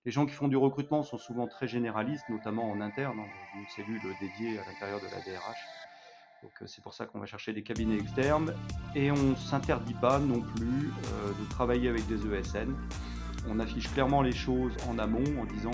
Les gens qui font du recrutement sont souvent très généralistes, notamment en interne, dans une cellule dédiée à l'intérieur de la DRH. Donc c'est pour ça qu'on va chercher des cabinets externes et on ne s'interdit pas non plus de travailler avec des ESN. On affiche clairement les choses en amont en disant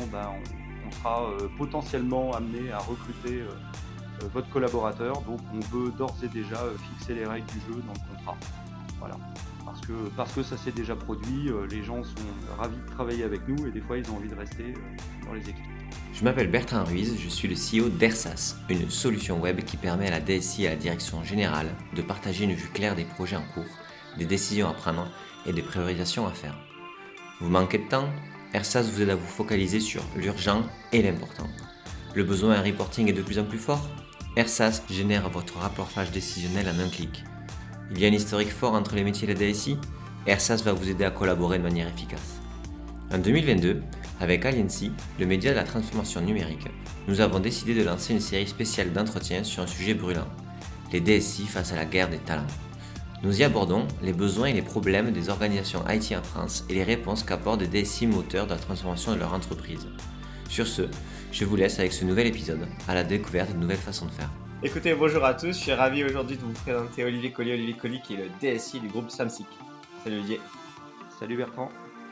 on sera potentiellement amené à recruter votre collaborateur, donc on veut d'ores et déjà fixer les règles du jeu dans le contrat. Voilà. Parce que ça s'est déjà produit, les gens sont ravis de travailler avec nous et des fois ils ont envie de rester dans les équipes. Je m'appelle Bertrand Ruiz, je suis le CEO d'Ersas, une solution web qui permet à la DSI et à la direction générale de partager une vue claire des projets en cours, des décisions à prendre et des priorisations à faire. Vous manquez de temps? Ersas vous aide à vous focaliser sur l'urgent et l'important. Le besoin en reporting est de plus en plus fort? Ersas génère votre rapportage décisionnel en un clic. Il y a un historique fort entre les métiers et la DSI? Ersas va vous aider à collaborer de manière efficace. En 2022, avec Aliency, le média de la transformation numérique, nous avons décidé de lancer une série spéciale d'entretiens sur un sujet brûlant, les DSI face à la guerre des talents. Nous y abordons les besoins et les problèmes des organisations IT en France et les réponses qu'apportent des DSI moteurs de la transformation de leur entreprise. Sur ce, je vous laisse avec ce nouvel épisode, à la découverte de nouvelles façons de faire. Écoutez, bonjour à tous, je suis ravi aujourd'hui de vous présenter Olivier Collier qui est le DSI du groupe Samsic. Salut Olivier. Salut Bertrand.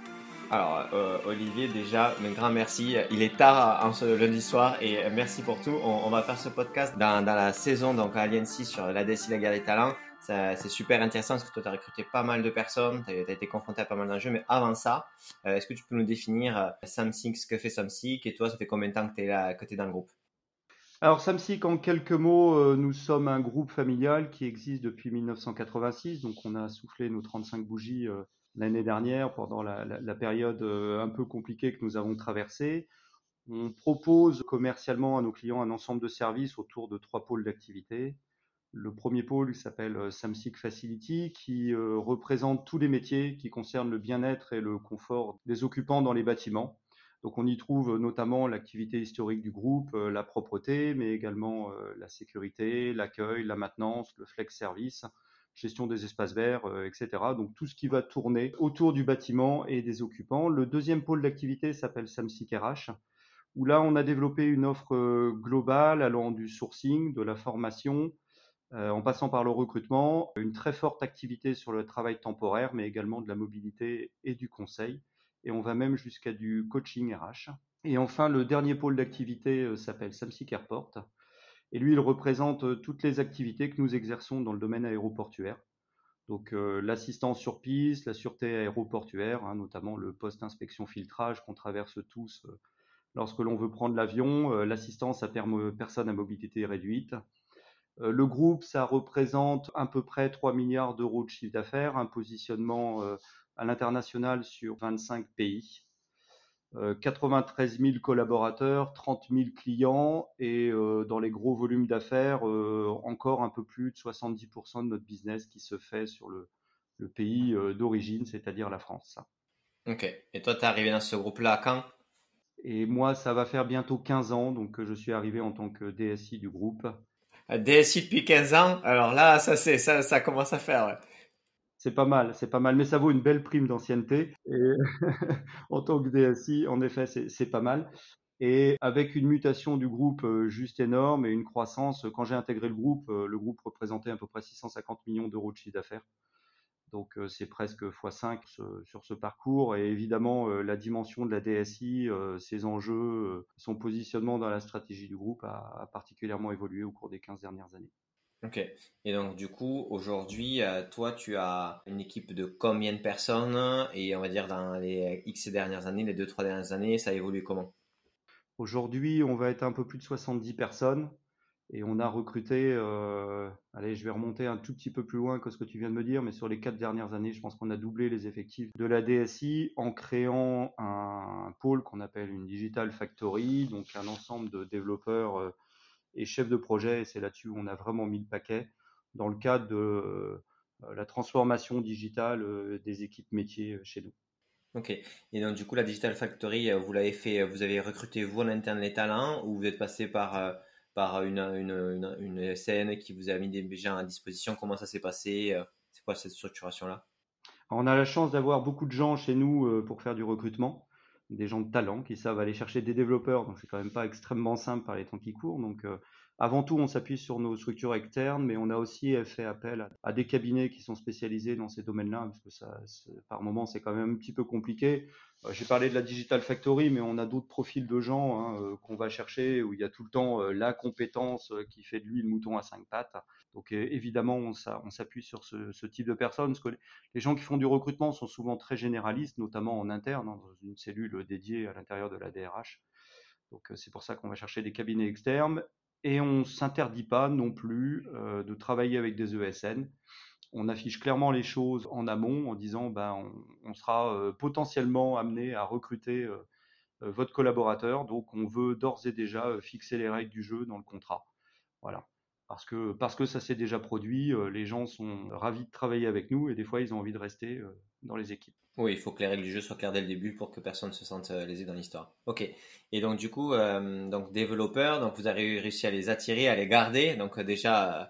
Alors Olivier, déjà, un grand merci. Il est tard en ce lundi soir et merci pour tout. On va faire ce podcast dans la saison donc à Aliency sur la DSI, la guerre des talents. C'est super intéressant parce que toi, tu as recruté pas mal de personnes, tu as été confronté à pas mal d'enjeux. Mais avant ça, est-ce que tu peux nous définir Samsic, ce que fait Samsic et toi, ça fait combien de temps que tu es là, que tu es dans le groupe? Alors Samsic, en quelques mots, nous sommes un groupe familial qui existe depuis 1986, donc on a soufflé nos 35 bougies l'année dernière pendant la période un peu compliquée que nous avons traversée. On propose commercialement à nos clients un ensemble de services autour de 3 pôles d'activité. Le premier pôle s'appelle Samsic Facility, qui représente tous les métiers qui concernent le bien-être et le confort des occupants dans les bâtiments. Donc on y trouve notamment l'activité historique du groupe, la propreté, mais également la sécurité, l'accueil, la maintenance, le flex service, gestion des espaces verts, etc. Donc tout ce qui va tourner autour du bâtiment et des occupants. Le deuxième pôle d'activité s'appelle Samsic RH, où là on a développé une offre globale allant du sourcing, de la formation, en passant par le recrutement, une très forte activité sur le travail temporaire, mais également de la mobilité et du conseil. Et on va même jusqu'à du coaching RH. Et enfin, le dernier pôle d'activité s'appelle Samsic Airport. Et lui, il représente toutes les activités que nous exerçons dans le domaine aéroportuaire. Donc l'assistance sur piste, la sûreté aéroportuaire, notamment le post-inspection filtrage qu'on traverse tous lorsque l'on veut prendre l'avion, l'assistance à personnes à mobilité réduite. Le groupe, ça représente à peu près 3 milliards d'euros de chiffre d'affaires, un positionnement à l'international sur 25 pays, 93 000 collaborateurs, 30 000 clients et dans les gros volumes d'affaires, encore un peu plus de 70% de notre business qui se fait sur le pays d'origine, c'est-à-dire la France. Ok, et toi, tu es arrivé dans ce groupe-là quand? Et moi, ça va faire bientôt 15 ans, donc je suis arrivé en tant que DSI du groupe. DSI depuis 15 ans, alors là, ça commence à faire. Ouais. C'est pas mal, mais ça vaut une belle prime d'ancienneté. Et en tant que DSI, en effet, c'est pas mal. Et avec une mutation du groupe juste énorme et une croissance, quand j'ai intégré le groupe représentait à peu près 650 millions d'euros de chiffre d'affaires. Donc c'est presque x5 sur ce parcours. Et évidemment, la dimension de la DSI, ses enjeux, son positionnement dans la stratégie du groupe a particulièrement évolué au cours des 15 dernières années. Ok, et donc du coup, aujourd'hui, toi, tu as une équipe de combien de personnes? Et on va dire dans les X dernières années, les 2-3 dernières années, ça a évolué comment? Aujourd'hui, on va être un peu plus de 70 personnes et on a recruté, allez, je vais remonter un tout petit peu plus loin que ce que tu viens de me dire, mais sur les 4 dernières années, je pense qu'on a doublé les effectifs de la DSI en créant un pôle qu'on appelle une Digital Factory, donc un ensemble de développeurs et chefs de projet, et c'est là-dessus où on a vraiment mis le paquet, dans le cadre de la transformation digitale des équipes métiers chez nous. Ok, et donc du coup, la Digital Factory, vous l'avez fait, vous avez recruté vous en interne les talents ou vous êtes passé par une SN qui vous a mis des gens à disposition? Comment ça s'est passé? C'est quoi cette structuration-là? On a la chance d'avoir beaucoup de gens chez nous pour faire du recrutement. des gens de talent qui savent aller chercher des développeurs. Donc c'est quand même pas extrêmement simple par les temps qui courent. Donc avant tout, on s'appuie sur nos structures externes, mais on a aussi fait appel à des cabinets qui sont spécialisés dans ces domaines-là, parce que par moment, c'est quand même un petit peu compliqué. J'ai parlé de la Digital Factory, mais on a d'autres profils de gens qu'on va chercher, où il y a tout le temps la compétence qui fait de lui le mouton à 5 pattes. Donc évidemment, on s'appuie sur ce type de personnes, parce que les gens qui font du recrutement sont souvent très généralistes, notamment en interne, dans une cellule dédiée à l'intérieur de la DRH. Donc c'est pour ça qu'on va chercher des cabinets externes. Et on ne s'interdit pas non plus de travailler avec des ESN. On affiche clairement les choses en amont en disant on sera potentiellement amené à recruter votre collaborateur. Donc on veut d'ores et déjà fixer les règles du jeu dans le contrat. Voilà. Parce que ça s'est déjà produit, les gens sont ravis de travailler avec nous et des fois ils ont envie de rester dans les équipes. Oui, il faut que les règles du jeu soient claires dès le début pour que personne ne se sente lésé dans l'histoire. Ok. Et donc du coup, donc développeurs, donc vous avez réussi à les attirer, à les garder. Donc déjà,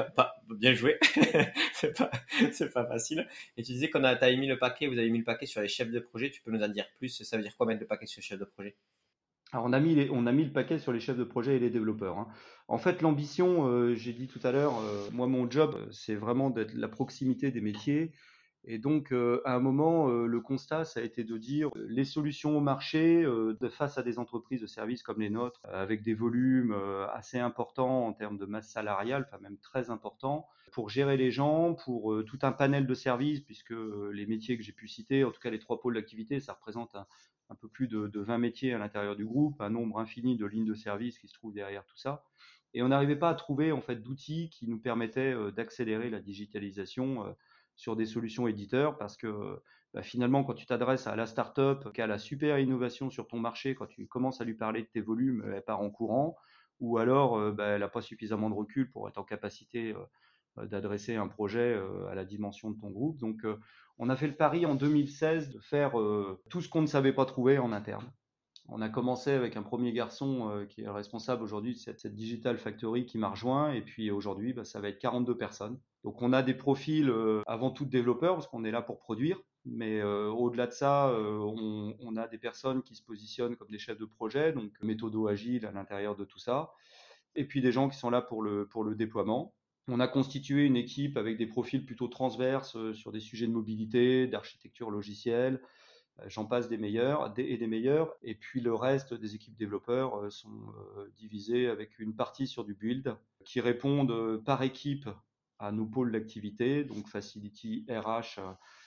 bien joué. c'est pas, c'est pas facile. Et tu disais t'avais mis le paquet, vous avez mis le paquet sur les chefs de projet. Tu peux nous en dire plus? Ça veut dire quoi mettre le paquet sur les chefs de projet? Alors on a mis le paquet sur les chefs de projet et les développeurs, hein. En fait, l'ambition, j'ai dit tout à l'heure, moi mon job, c'est vraiment d'être la proximité des métiers. Et donc, à un moment, le constat, ça a été de dire les solutions au marché face à des entreprises de services comme les nôtres, avec des volumes assez importants en termes de masse salariale, enfin même très importants, pour gérer les gens, pour tout un panel de services, puisque les métiers que j'ai pu citer, en tout cas les 3 pôles d'activité, ça représente un peu plus de 20 métiers à l'intérieur du groupe, un nombre infini de lignes de service qui se trouvent derrière tout ça. Et on n'arrivait pas à trouver en fait d'outils qui nous permettaient d'accélérer la digitalisation sur des solutions éditeurs parce que finalement, quand tu t'adresses à la startup qui a la super innovation sur ton marché, quand tu commences à lui parler de tes volumes, elle part en courant, ou alors elle n'a pas suffisamment de recul pour être en capacité d'adresser un projet à la dimension de ton groupe. Donc, on a fait le pari en 2016 de faire tout ce qu'on ne savait pas trouver en interne. On a commencé avec un premier garçon qui est responsable aujourd'hui de cette Digital Factory qui m'a rejoint. Et puis aujourd'hui, ça va être 42 personnes. Donc on a des profils avant tout de développeurs parce qu'on est là pour produire. Mais au-delà de ça, on a des personnes qui se positionnent comme des chefs de projet, donc méthodo agile à l'intérieur de tout ça. Et puis des gens qui sont là pour le déploiement. On a constitué une équipe avec des profils plutôt transverses sur des sujets de mobilité, d'architecture logicielle, j'en passe des meilleurs et des meilleurs. Et puis le reste des équipes développeurs sont divisées avec une partie sur du build qui répondent par équipe à nos pôles d'activité, donc Facility, RH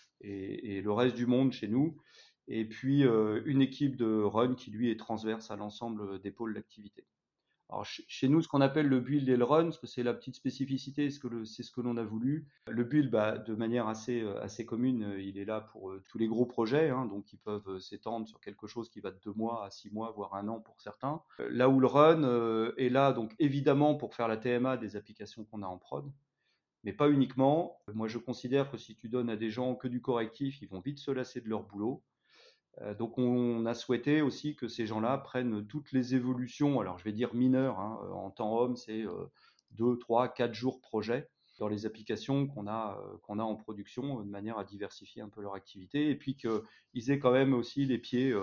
et le reste du monde chez nous. Et puis une équipe de run qui lui est transverse à l'ensemble des pôles d'activité. Alors chez nous, ce qu'on appelle le build et le run, parce que c'est la petite spécificité, c'est ce que l'on a voulu. Le build, de manière assez commune, il est là pour tous les gros projets, hein, donc ils peuvent s'étendre sur quelque chose qui va de 2 mois à 6 mois, voire 1 an pour certains. Là où le run est là, donc évidemment pour faire la TMA des applications qu'on a en prod, mais pas uniquement. Moi, je considère que si tu donnes à des gens que du correctif, ils vont vite se lasser de leur boulot. Donc on a souhaité aussi que ces gens-là prennent toutes les évolutions, alors je vais dire mineures, hein, en temps homme, c'est 2, 3, 4 jours projet dans les applications qu'on a en production, de manière à diversifier un peu leur activité, et puis qu'ils aient quand même aussi les pieds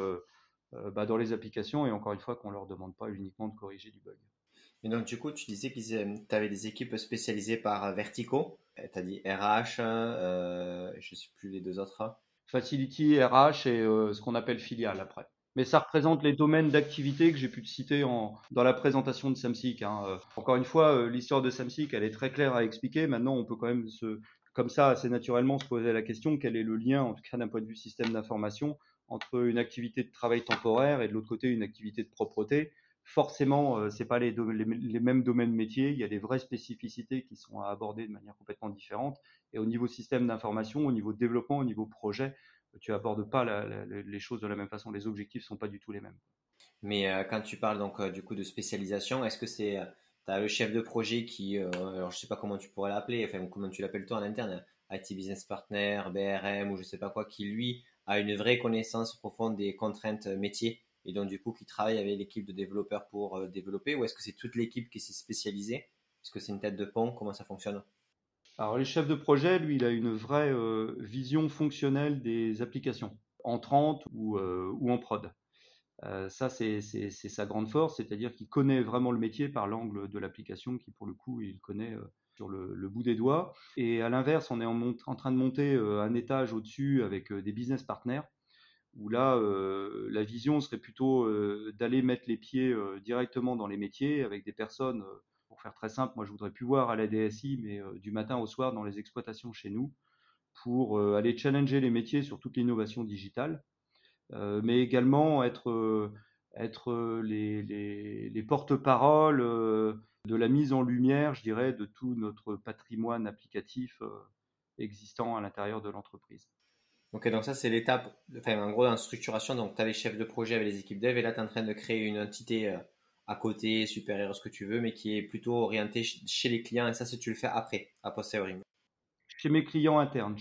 dans les applications, et encore une fois qu'on ne leur demande pas uniquement de corriger du bug. Et donc, du coup, tu disais que tu avais des équipes spécialisées par verticaux. Tu as dit RH, je ne sais plus les deux autres. Facility, RH et ce qu'on appelle filiale après. Mais ça représente les domaines d'activité que j'ai pu te citer dans la présentation de Samsic, hein. Encore une fois, l'histoire de Samsic, elle est très claire à expliquer. Maintenant, on peut quand même comme ça, assez naturellement se poser la question, quel est le lien, en tout cas d'un point de vue système d'information, entre une activité de travail temporaire et de l'autre côté une activité de propreté. Forcément, c'est pas les mêmes domaines métiers. Il y a des vraies spécificités qui sont à aborder de manière complètement différente. Et au niveau système d'information, au niveau développement, au niveau projet, tu abordes pas les choses de la même façon. Les objectifs sont pas du tout les mêmes. Mais quand tu parles donc du coup de spécialisation, est-ce que tu as le chef de projet qui, alors je sais pas comment tu pourrais l'appeler, enfin comment tu l'appelles toi en interne, IT Business Partner, BRM ou je sais pas quoi, qui lui a une vraie connaissance profonde des contraintes métiers et donc du coup qui travaille avec l'équipe de développeurs pour développer, ou est-ce que c'est toute l'équipe qui s'est spécialisée? Est-ce que c'est une tête de pont? Comment ça fonctionne? Alors, le chef de projet, lui, il a une vraie vision fonctionnelle des applications. entrante ou en prod. Ça, c'est sa grande force, c'est-à-dire qu'il connaît vraiment le métier par l'angle de l'application, qui pour le coup, il connaît sur le bout des doigts. Et à l'inverse, on est en train de monter un étage au-dessus avec des business partners, où là, la vision serait plutôt d'aller mettre les pieds directement dans les métiers avec des personnes, pour faire très simple, moi je voudrais plus voir à la DSI, mais du matin au soir dans les exploitations chez nous, pour aller challenger les métiers sur toute l'innovation digitale, mais également être les porte-paroles de la mise en lumière, je dirais, de tout notre patrimoine applicatif existant à l'intérieur de l'entreprise. Ok, donc ça c'est l'étape, enfin en gros dans la structuration, donc tu as les chefs de projet avec les équipes dev et là tu es en train de créer une entité à côté, supérieure, ce que tu veux, mais qui est plutôt orientée chez les clients et ça tu le fais après, a posteriori. Chez mes clients internes,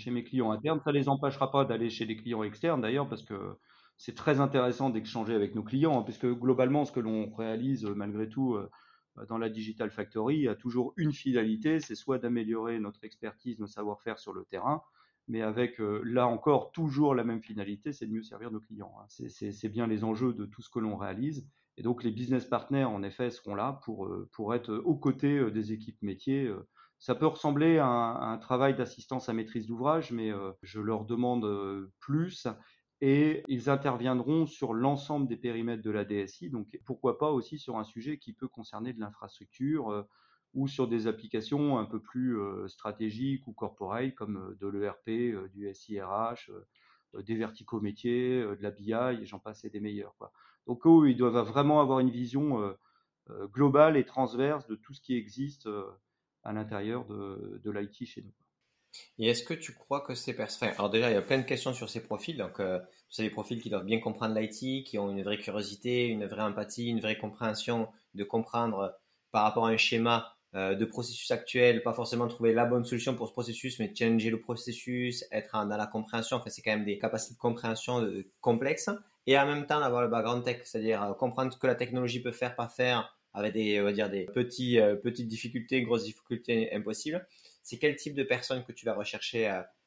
ça les empêchera pas d'aller chez les clients externes d'ailleurs, parce que c'est très intéressant d'échanger avec nos clients, hein, puisque globalement, ce que l'on réalise malgré tout dans la Digital Factory a toujours une finalité, c'est soit d'améliorer notre expertise, nos savoir-faire sur le terrain, mais avec là encore toujours la même finalité, c'est de mieux servir nos clients, hein. C'est bien les enjeux de tout ce que l'on réalise. Et donc les business partners, en effet, seront là pour être aux côtés des équipes métiers. Ça peut ressembler à un travail d'assistance à maîtrise d'ouvrage, mais je leur demande plus, et ils interviendront sur l'ensemble des périmètres de la DSI, donc pourquoi pas aussi sur un sujet qui peut concerner de l'infrastructure ou sur des applications un peu plus stratégiques ou corporate comme de l'ERP, du SIRH, des verticaux métiers, de la BI, et j'en passe et des meilleurs, quoi. Donc eux, ils doivent vraiment avoir une vision globale et transverse de tout ce qui existe à l'intérieur de l'IT chez nous. Et est-ce que tu crois que ces personnes... Enfin, alors déjà, il y a plein de questions sur ces profils. Donc, c'est des profils qui doivent bien comprendre l'IT, qui ont une vraie curiosité, une vraie empathie, une vraie compréhension de comprendre par rapport à un schéma de processus actuel, pas forcément trouver la bonne solution pour ce processus, mais challenger le processus, être dans la compréhension. Enfin, c'est quand même des capacités de compréhension complexes. Et en même temps, avoir le background tech, c'est-à-dire comprendre ce que la technologie peut faire, pas faire, avec des, on va dire, des petites difficultés, grosses difficultés impossibles. C'est quel type de personnes que tu vas rechercher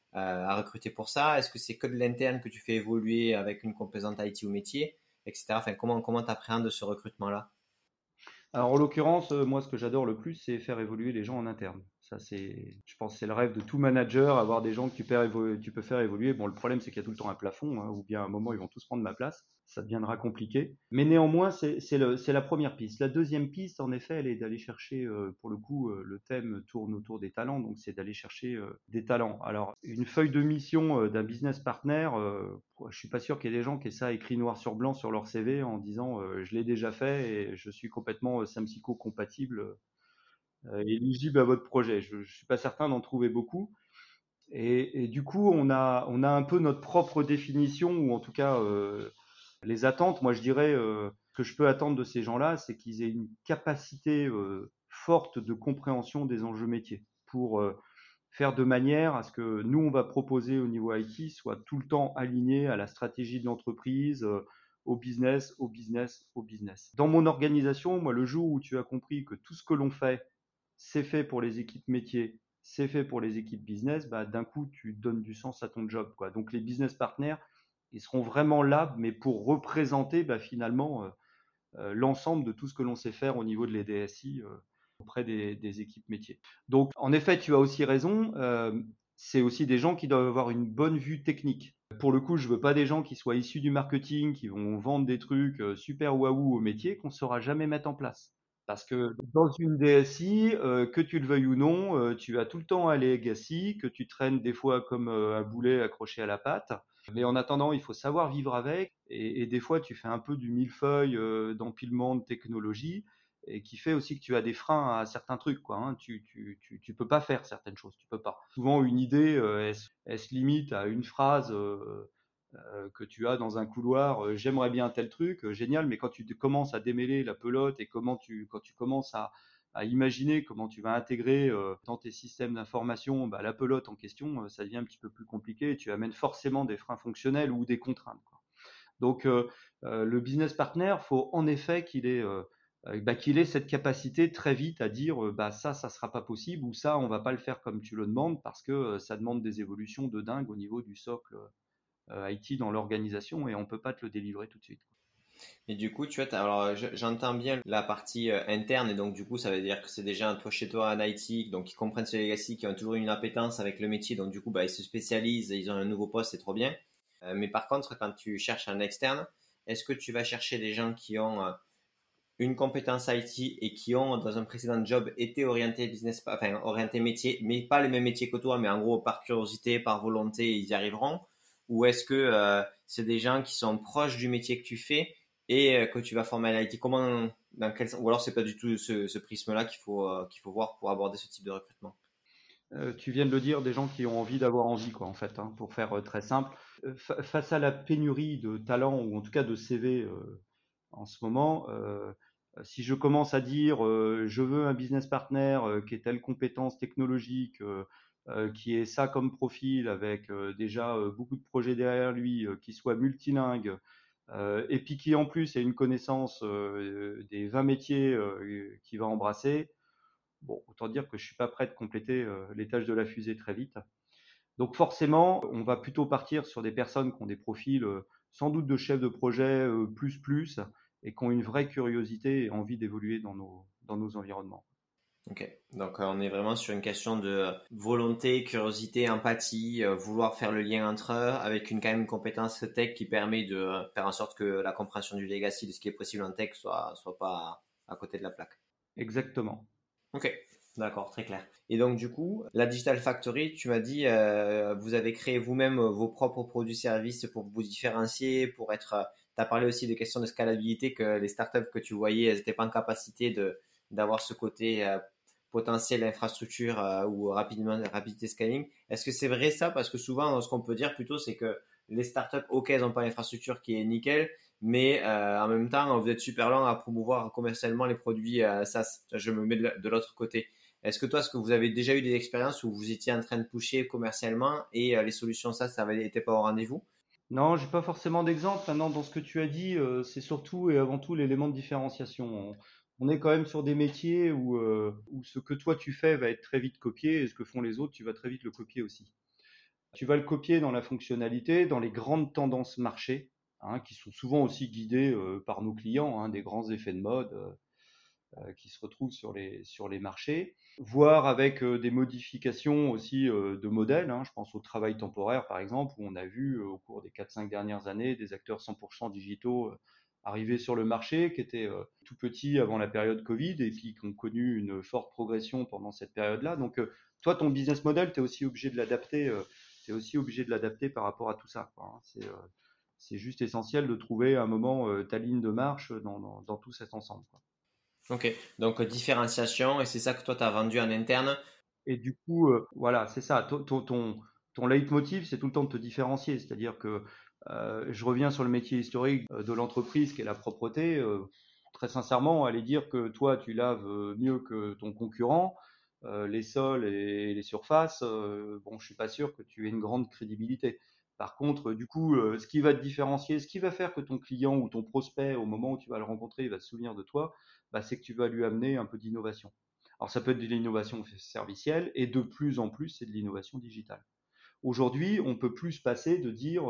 à recruter pour ça? Est-ce que c'est que de l'interne que tu fais évoluer avec une composante IT ou métier, etc. Enfin, comment tu appréhendes ce recrutement-là? Alors en l'occurrence, moi ce que j'adore le plus, c'est faire évoluer les gens en interne. Ça c'est, je pense, que c'est le rêve de tout manager, avoir des gens que tu peux faire évoluer. Bon, le problème c'est qu'il y a tout le temps un plafond, hein, ou bien à un moment ils vont tous prendre ma place. Ça deviendra compliqué. Mais néanmoins, c'est la première piste. La deuxième piste, en effet, elle est d'aller chercher, pour le coup, le thème tourne autour des talents, donc c'est d'aller chercher des talents. Alors, une feuille de mission d'un business partner, je suis pas sûr qu'il y ait des gens qui aient ça écrit noir sur blanc sur leur CV en disant je l'ai déjà fait et je suis complètement Samsico compatible, éligible à votre projet. Je suis pas certain d'en trouver beaucoup. Et du coup, on a un peu notre propre définition, ou en tout cas les attentes. Moi, je dirais ce que je peux attendre de ces gens-là, c'est qu'ils aient une capacité forte de compréhension des enjeux métiers pour faire de manière à ce que nous, on va proposer au niveau IT soit tout le temps aligné à la stratégie de l'entreprise, au business, au business, au business. Dans mon organisation, moi, le jour où tu as compris que tout ce que l'on fait, c'est fait pour les équipes métiers, c'est fait pour les équipes business, bah, d'un coup, tu donnes du sens à ton job, quoi. Donc, les business partners, ils seront vraiment là, mais pour représenter bah, finalement l'ensemble de tout ce que l'on sait faire au niveau de l'EDSI auprès des équipes métiers. Donc, en effet, tu as aussi raison. C'est aussi des gens qui doivent avoir une bonne vue technique. Pour le coup, je veux pas des gens qui soient issus du marketing, qui vont vendre des trucs super waouh au métier qu'on ne saura jamais mettre en place. Parce que dans une DSI, que tu le veuilles ou non, tu as tout le temps un legacy que tu traînes des fois comme un boulet accroché à la patte. Mais en attendant, il faut savoir vivre avec. Et des fois, tu fais un peu du millefeuille d'empilement de technologie, et qui fait aussi que tu as des freins à certains trucs, quoi, hein. Tu peux pas faire certaines choses, tu peux pas. Souvent, une idée, elle se limite à une phrase que tu as dans un couloir. J'aimerais bien tel truc, génial, mais quand tu commences à démêler la pelote et quand tu commences à imaginer comment tu vas intégrer dans tes systèmes d'information bah, la pelote en question, ça devient un petit peu plus compliqué et tu amènes forcément des freins fonctionnels ou des contraintes, quoi. Donc, le business partner, faut en effet qu'il ait cette capacité très vite à dire bah ça sera pas possible, ou ça on va pas le faire comme tu le demandes parce que ça demande des évolutions de dingue au niveau du socle IT dans l'organisation et on peut pas te le délivrer tout de suite. Et du coup, tu vois, alors j'entends bien la partie interne et donc du coup, ça veut dire que c'est déjà toi chez toi en IT, donc ils comprennent ce legacy, qui ont toujours une appétence avec le métier, donc du coup, bah, ils se spécialisent, ils ont un nouveau poste, c'est trop bien. Mais par contre, quand tu cherches un externe, est-ce que tu vas chercher des gens qui ont une compétence IT et qui ont dans un précédent job été orientés business, enfin orientés métier, mais pas les mêmes métiers que toi, mais en gros par curiosité, par volonté, ils y arriveront? Ou est-ce que c'est des gens qui sont proches du métier que tu fais et que tu vas former à l'IT? Comment, dans quel, ou alors c'est pas du tout ce prisme-là qu'il faut voir pour aborder ce type de recrutement? Tu viens de le dire, des gens qui ont envie d'avoir envie, quoi, en fait, hein, pour faire très simple. Face à la pénurie de talents, ou en tout cas de CV en ce moment, si je commence à dire je veux un business partner qui ait telle compétence technologique, qui ait ça comme profil, avec déjà beaucoup de projets derrière lui, qui soit multilingue, et puis qui en plus ait une connaissance des 20 métiers qu'il va embrasser, bon, autant dire que je suis pas prêt de compléter les tâches de la fusée très vite. Donc forcément, on va plutôt partir sur des personnes qui ont des profils sans doute de chefs de projet plus et qui ont une vraie curiosité et envie d'évoluer dans nos environnements. Ok, donc on est vraiment sur une question de volonté, curiosité, empathie, vouloir faire le lien entre eux, avec une quand même une compétence tech qui permet de faire en sorte que la compréhension du legacy de ce qui est possible en tech soit pas à côté de la plaque. Exactement. Ok, d'accord, très clair. Et donc du coup, la Digital Factory, tu m'as dit, vous avez créé vous-même vos propres produits-services pour vous différencier, pour être. Tu as parlé aussi des questions de scalabilité que les startups que tu voyais, elles n'étaient pas en capacité de d'avoir ce côté potentiel infrastructure ou rapidité scaling. Est-ce que c'est vrai ça? Parce que souvent, ce qu'on peut dire plutôt, c'est que les startups, ok, elles n'ont pas l'infrastructure qui est nickel, mais en même temps, vous êtes super lent à promouvoir commercialement les produits SaaS. Je me mets de l'autre côté. Est-ce que vous avez déjà eu des expériences où vous étiez en train de pusher commercialement et les solutions SaaS, ça n'était pas au rendez-vous? Non, j'ai pas forcément d'exemple. Maintenant, dans ce que tu as dit, c'est surtout et avant tout l'élément de différenciation. On est quand même sur des métiers où ce que toi tu fais va être très vite copié et ce que font les autres, tu vas très vite le copier aussi. Tu vas le copier dans la fonctionnalité, dans les grandes tendances marché, hein, qui sont souvent aussi guidées par nos clients, hein, des grands effets de mode qui se retrouvent sur les marchés, voire avec des modifications aussi de modèles. Hein, je pense au travail temporaire, par exemple, où on a vu au cours des 4-5 dernières années des acteurs 100% digitaux arriver sur le marché, qui étaient tout petits avant la période Covid et puis qui ont connu une forte progression pendant cette période-là. Donc, toi, ton business model, tu es aussi obligé de l'adapter. T'es aussi obligé de l'adapter par rapport à tout ça, quoi, hein. C'est juste essentiel de trouver à un moment ta ligne de marche dans tout cet ensemble, quoi. Ok, donc différenciation, et c'est ça que toi, tu as vendu en interne. Et du coup, voilà, c'est ça. Ton leitmotiv, c'est tout le temps de te différencier. C'est-à-dire que je reviens sur le métier historique de l'entreprise qui est la propreté. Très sincèrement, aller dire que toi, tu laves mieux que ton concurrent, les sols et les surfaces, bon, je suis pas sûr que tu aies une grande crédibilité. Par contre, du coup, ce qui va te différencier, ce qui va faire que ton client ou ton prospect, au moment où tu vas le rencontrer, il va se souvenir de toi, bah, c'est que tu vas lui amener un peu d'innovation. Alors ça peut être de l'innovation servicielle et de plus en plus c'est de l'innovation digitale. Aujourd'hui, on peut plus se passer de dire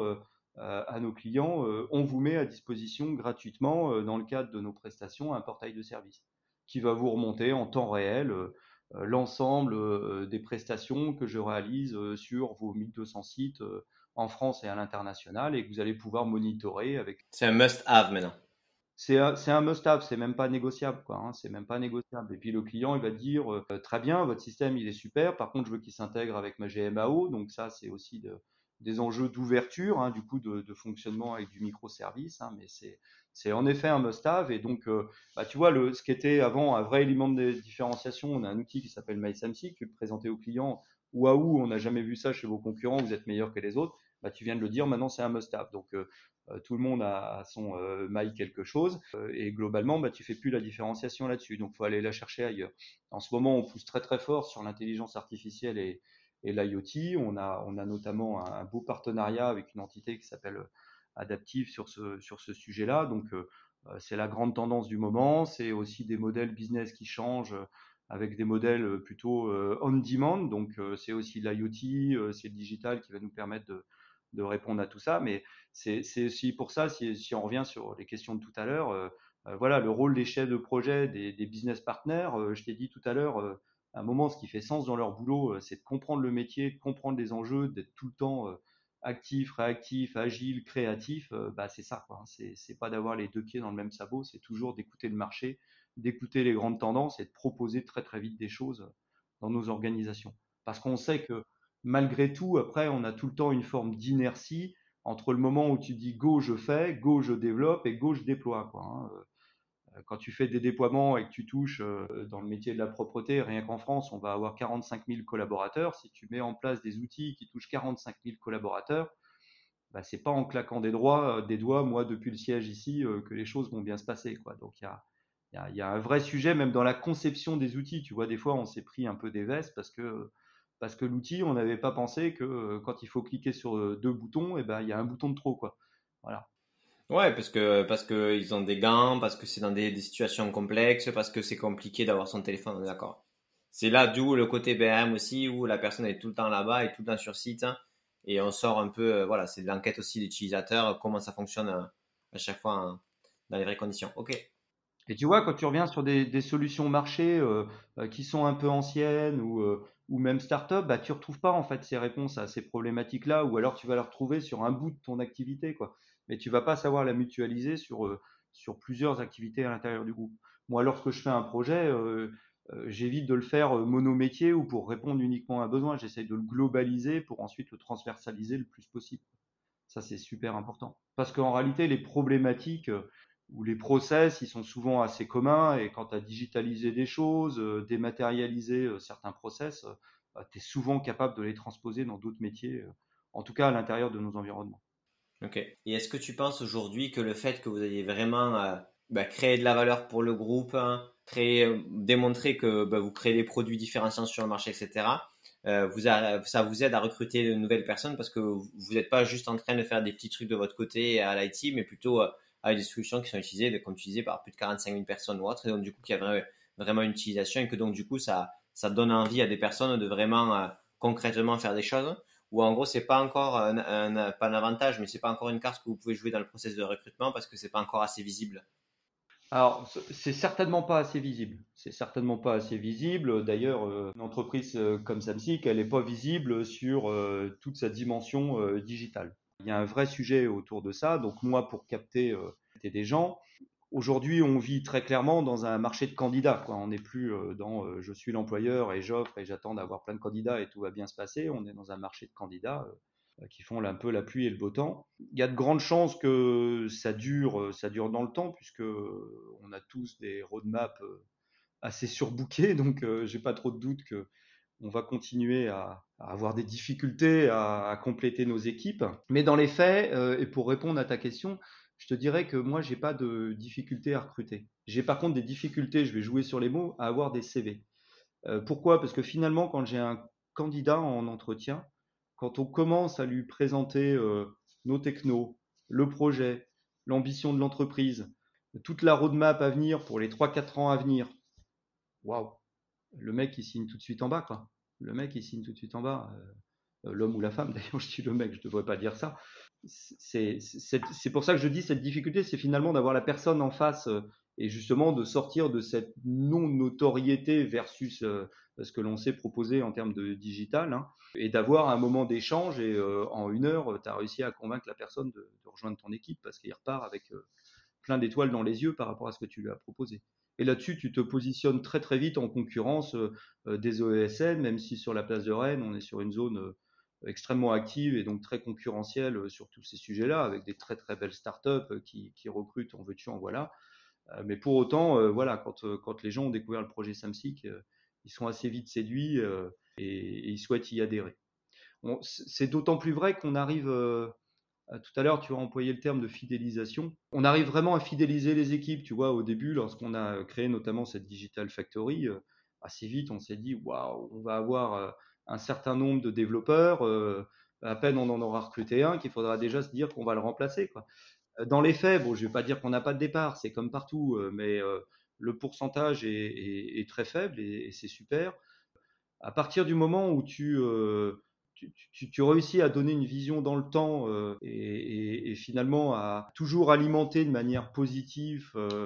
à nos clients on vous met à disposition gratuitement dans le cadre de nos prestations un portail de service qui va vous remonter en temps réel l'ensemble des prestations que je réalise sur vos 1200 sites en France et à l'international et que vous allez pouvoir monitorer avec. C'est un must-have maintenant. C'est un must-have, c'est même pas négociable, quoi, hein, c'est même pas négociable. Et puis le client, il va te dire très bien, votre système, il est super. Par contre, je veux qu'il s'intègre avec ma GMAO. Donc ça, c'est aussi des enjeux d'ouverture, hein, du coup, de fonctionnement avec du microservice. Hein, mais c'est en effet un must-have. Et donc, bah, tu vois, ce qui était avant un vrai élément de différenciation, on a un outil qui s'appelle MySamsi que tu peux présenter au client. Waouh, on n'a jamais vu ça chez vos concurrents, vous êtes meilleurs que les autres. Bah, tu viens de le dire, maintenant c'est un must-have. Donc, tout le monde a son maille quelque chose et globalement bah, tu fais plus la différenciation là-dessus, donc il faut aller la chercher ailleurs. En ce moment on pousse très très fort sur l'intelligence artificielle et l'IoT, on a notamment un beau partenariat avec une entité qui s'appelle Adaptive sur ce sujet-là, donc c'est la grande tendance du moment, c'est aussi des modèles business qui changent avec des modèles plutôt on demand, donc c'est aussi l'IoT, c'est le digital qui va nous permettre de répondre à tout ça. Mais c'est aussi pour ça, si on revient sur les questions de tout à l'heure, voilà, le rôle des chefs de projet, des business partners, je t'ai dit tout à l'heure, à un moment, ce qui fait sens dans leur boulot, c'est de comprendre le métier, de comprendre les enjeux, d'être tout le temps actif, réactif, agile, créatif. Bah, c'est ça, quoi, hein. C'est pas d'avoir les deux pieds dans le même sabot, c'est toujours d'écouter le marché, d'écouter les grandes tendances et de proposer très très vite des choses dans nos organisations. Parce qu'on sait que malgré tout, après, on a tout le temps une forme d'inertie entre le moment où tu dis go, je fais, go, je développe et go, je déploie, quoi, hein. Quand tu fais des déploiements et que tu touches dans le métier de la propreté, rien qu'en France, on va avoir 45 000 collaborateurs. Si tu mets en place des outils qui touchent 45 000 collaborateurs, bah, c'est pas en claquant des doigts, moi, depuis le siège ici, que les choses vont bien se passer, quoi. Donc, il y a un vrai sujet, même dans la conception des outils. Tu vois, des fois, on s'est pris un peu des vestes parce que l'outil, on n'avait pas pensé que quand il faut cliquer sur deux boutons, et ben, il y a un bouton de trop, quoi. Voilà. Ouais, parce que ils ont des gants, parce que c'est dans des situations complexes, parce que c'est compliqué d'avoir son téléphone, on est d'accord. C'est là d'où le côté BRM aussi, où la personne est tout le temps là-bas et tout le temps sur site, hein, et on sort un peu, voilà, c'est de l'enquête aussi d'utilisateur, comment ça fonctionne à chaque fois hein, dans les vraies conditions. Ok. Et tu vois, quand tu reviens sur des solutions marché qui sont un peu anciennes ou même start-up, bah, tu retrouves pas en fait ces réponses à ces problématiques-là, ou alors tu vas les retrouver sur un bout de ton activité, quoi. Mais tu vas pas savoir la mutualiser sur plusieurs activités à l'intérieur du groupe. Moi, lorsque je fais un projet, j'évite de le faire monométier ou pour répondre uniquement à un besoin. J'essaye de le globaliser pour ensuite le transversaliser le plus possible. Ça, c'est super important. Parce qu'en réalité, les problématiques ou les process, ils sont souvent assez communs. Et quand tu as digitalisé des choses, dématérialisé certains process, bah, tu es souvent capable de les transposer dans d'autres métiers, en tout cas à l'intérieur de nos environnements. Ok. Et est-ce que tu penses aujourd'hui que le fait que vous ayez vraiment créé de la valeur pour le groupe, hein, démontrer que vous créez des produits différenciants sur le marché, etc., ça vous aide à recruter de nouvelles personnes parce que vous n'êtes pas juste en train de faire des petits trucs de votre côté à l'IT, mais plutôt avec des solutions qui sont utilisées, comme tu disais, par plus de 45 000 personnes ou autres, et donc du coup, qu'il y a vraiment une utilisation et que donc du coup, ça donne envie à des personnes de vraiment concrètement faire des choses ou en gros c'est pas encore pas un avantage, mais c'est pas encore une carte que vous pouvez jouer dans le process de recrutement parce que c'est pas encore assez visible. Alors, c'est certainement pas assez visible. C'est certainement pas assez visible. D'ailleurs, une entreprise comme Samsic, elle n'est pas visible sur toute sa dimension digitale. Il y a un vrai sujet autour de ça. Donc moi, pour capter des gens, aujourd'hui, on vit très clairement dans un marché de candidats, quoi. On n'est plus dans je suis l'employeur et j'offre et j'attends d'avoir plein de candidats et tout va bien se passer. On est dans un marché de candidats qui font un peu la pluie et le beau temps. Il y a de grandes chances que ça dure dans le temps, puisque on a tous des roadmaps assez surbookés, donc j'ai pas trop de doute que on va continuer à avoir des difficultés à compléter nos équipes. Mais dans les faits, et pour répondre à ta question, je te dirais que moi, j'ai pas de difficultés à recruter. J'ai par contre des difficultés, je vais jouer sur les mots, à avoir des CV. Pourquoi? Parce que finalement, quand j'ai un candidat en entretien, quand on commence à lui présenter nos technos, le projet, l'ambition de l'entreprise, toute la roadmap à venir pour les 3 4 ans à venir, waouh, le mec il signe tout de suite en bas, quoi. Le mec il signe tout de suite en bas. L'homme ou la femme, d'ailleurs, je dis le mec, je ne devrais pas dire ça. C'est pour ça que je dis cette difficulté, c'est finalement d'avoir la personne en face et justement de sortir de cette non-notoriété versus ce que l'on sait proposer en termes de digital, hein, et d'avoir un moment d'échange et en 1 heure, tu as réussi à convaincre la personne de rejoindre ton équipe parce qu'il repart avec plein d'étoiles dans les yeux par rapport à ce que tu lui as proposé. Et là-dessus, tu te positionnes très très vite en concurrence des OESN, même si sur la place de Rennes, on est sur une zone extrêmement active et donc très concurrentielle sur tous ces sujets-là, avec des très très belles startups qui recrutent en veux-tu, en voilà. Mais pour autant, voilà, quand les gens ont découvert le projet Samsic, ils sont assez vite séduits et ils souhaitent y adhérer. C'est d'autant plus vrai qu'on arrive tout à l'heure, tu as employé le terme de fidélisation. On arrive vraiment à fidéliser les équipes. Tu vois, au début, lorsqu'on a créé notamment cette Digital Factory, assez vite, on s'est dit, waouh, on va avoir un certain nombre de développeurs. À peine on en aura recruté un, qu'il faudra déjà se dire qu'on va le remplacer, quoi. Dans les faits, bon, je ne vais pas dire qu'on n'a pas de départ, c'est comme partout, mais le pourcentage est très faible et c'est super. À partir du moment où tu réussis à donner une vision dans le temps et finalement à toujours alimenter de manière positive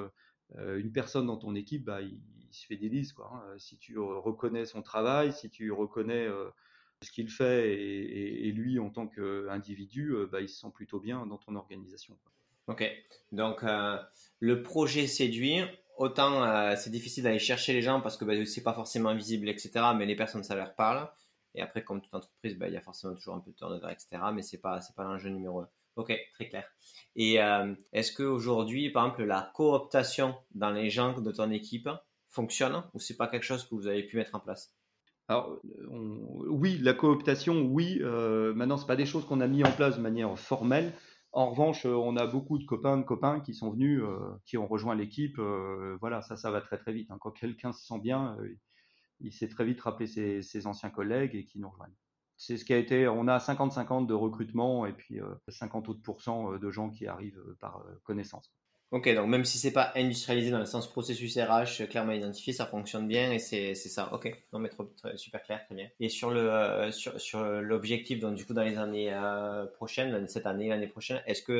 une personne dans ton équipe, bah, il se fait des listes, quoi, hein. Si tu reconnais son travail, si tu reconnais ce qu'il fait et lui en tant qu'individu, bah, il se sent plutôt bien dans ton organisation, quoi. Ok, donc le projet séduit, autant c'est difficile d'aller chercher les gens parce que c'est pas forcément visible, etc. Mais les personnes, ça leur parle. Et après, comme toute entreprise, il y a forcément toujours un peu de turnover, etc. Mais c'est pas l'enjeu numéro un. Ok, très clair. Et est-ce qu'aujourd'hui, par exemple, la cooptation dans les gens de ton équipe fonctionne ou c'est pas quelque chose que vous avez pu mettre en place? Alors, oui, la cooptation, oui. Maintenant, c'est pas des choses qu'on a mis en place de manière formelle. En revanche, on a beaucoup de copains qui sont venus, qui ont rejoint l'équipe. Voilà, ça va très très vite, hein. Quand quelqu'un se sent bien, il sait très vite rappeler ses anciens collègues et qui nous rejoignent. C'est ce qui a été. On a 50-50 de recrutement et puis 50 autres % de gens qui arrivent par connaissance. Ok, donc même si c'est pas industrialisé dans le sens processus RH clairement identifié, ça fonctionne bien et c'est ça. Ok, non mais super clair, très bien. Et sur l'objectif, donc du coup dans les années prochaines, cette année, l'année prochaine, est-ce que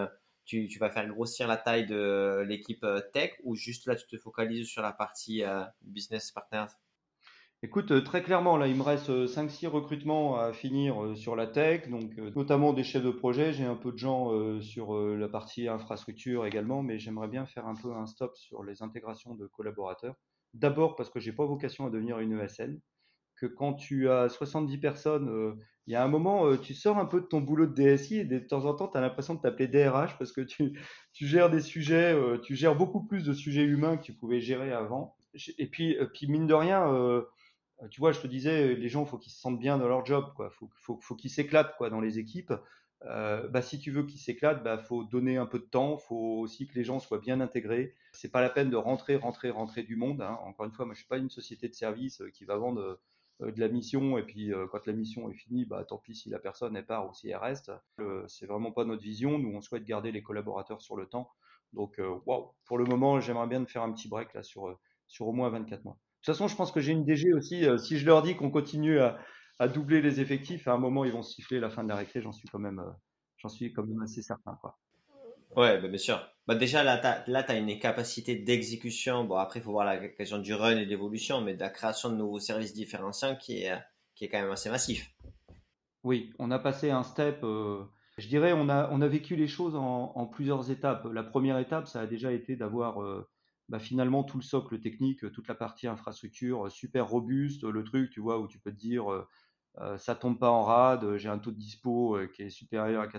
tu vas faire grossir la taille de l'équipe tech ou juste là tu te focalises sur la partie business partners? Écoute, très clairement, là, il me reste 5-6 recrutements à finir sur la tech, donc notamment des chefs de projet. J'ai un peu de gens sur la partie infrastructure également, mais j'aimerais bien faire un peu un stop sur les intégrations de collaborateurs. D'abord parce que j'ai pas vocation à devenir une ESN, que quand tu as 70 personnes, il y a un moment, tu sors un peu de ton boulot de DSI et de temps en temps, tu as l'impression de t'appeler DRH parce que tu gères des sujets, tu gères beaucoup plus de sujets humains que tu pouvais gérer avant. Et puis mine de rien, tu vois, je te disais, les gens, faut qu'ils se sentent bien dans leur job, quoi. Faut qu'ils s'éclatent, quoi, dans les équipes. Bah, si tu veux qu'ils s'éclatent, bah, faut donner un peu de temps. Faut aussi que les gens soient bien intégrés. C'est pas la peine de rentrer du monde, hein. Encore une fois, moi, je suis pas une société de service qui va vendre de la mission et puis quand la mission est finie, bah, tant pis si la personne elle part ou si elle reste. C'est vraiment pas notre vision. Nous, on souhaite garder les collaborateurs sur le temps. Donc, waouh, pour le moment, j'aimerais bien de faire un petit break là sur au moins 24 mois. De toute façon, je pense que j'ai une DG aussi. Si je leur dis qu'on continue à doubler les effectifs, à un moment, ils vont siffler la fin de la récré. J'en suis quand même assez certain, quoi. Ouais, bien sûr. Bah, déjà, là, tu as une capacité d'exécution. Bon, après, il faut voir la question du run et de l'évolution, mais de la création de nouveaux services différenciants qui est quand même assez massif. Oui, on a passé un step. Je dirais, on a vécu les choses en plusieurs étapes. La première étape, ça a déjà été d'avoir bah, finalement tout le socle technique, toute la partie infrastructure super robuste, le truc, tu vois, où tu peux te dire ça tombe pas en rade, j'ai un taux de dispo qui est supérieur à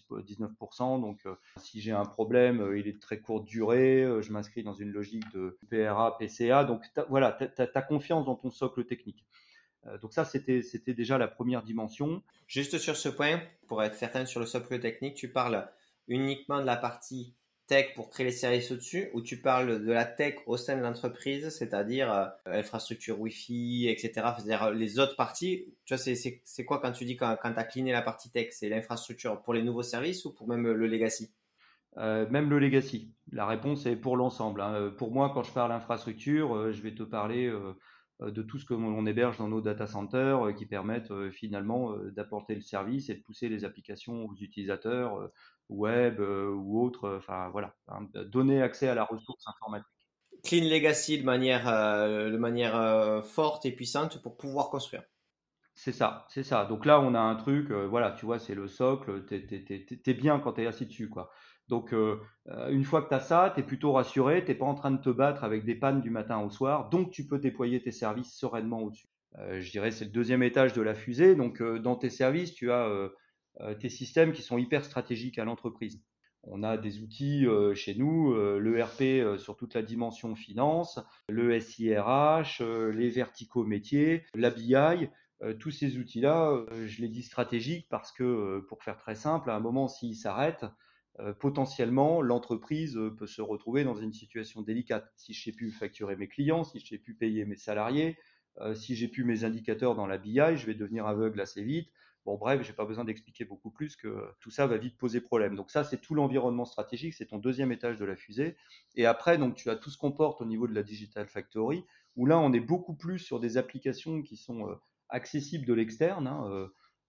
99%, donc si j'ai un problème, il est de très courte durée, je m'inscris dans une logique de PRA, PCA, donc voilà, tu as confiance dans ton socle technique. Donc ça, c'était déjà la première dimension. Juste sur ce point, pour être certain sur le socle technique, tu parles uniquement de la partie tech pour créer les services au-dessus, ou tu parles de la tech au sein de l'entreprise, c'est-à-dire infrastructure Wi-Fi, etc. C'est-à-dire les autres parties. Tu vois, c'est quoi quand tu dis quand tu as cleané la partie tech? C'est l'infrastructure pour les nouveaux services ou pour même le legacy? Même le legacy. La réponse est pour l'ensemble, hein. Pour moi, quand je parle infrastructure, je vais te parler de tout ce que l'on héberge dans nos data centers qui permettent finalement d'apporter le service et de pousser les applications aux utilisateurs web ou autres. Enfin voilà, hein, donner accès à la ressource informatique. Clean legacy de manière forte et puissante pour pouvoir construire. C'est ça, c'est ça. Donc là, on a un truc, voilà, tu vois, c'est le socle, t'es bien quand t'es assis dessus, quoi. Donc, une fois que tu as ça, tu es plutôt rassuré, t'es pas en train de te battre avec des pannes du matin au soir, donc tu peux déployer tes services sereinement au-dessus. Je dirais c'est le deuxième étage de la fusée. Donc, dans tes services, tu as tes systèmes qui sont hyper stratégiques à l'entreprise. On a des outils chez nous, l'ERP sur toute la dimension finance, le SIRH, les verticaux métiers, la BI. Tous ces outils-là, je les dis stratégiques parce que, pour faire très simple, à un moment, s'ils s'arrêtent, potentiellement, l'entreprise peut se retrouver dans une situation délicate. Si je ne sais plus facturer mes clients, si je ne sais plus payer mes salariés, si j'ai plus mes indicateurs dans la BI, je vais devenir aveugle assez vite. Bon, bref, j'ai pas besoin d'expliquer beaucoup plus que tout ça va vite poser problème. Donc ça, c'est tout l'environnement stratégique, c'est ton deuxième étage de la fusée. Et après, donc tu as tout ce qu'on porte au niveau de la Digital Factory, où là, on est beaucoup plus sur des applications qui sont accessibles de l'externe, hein.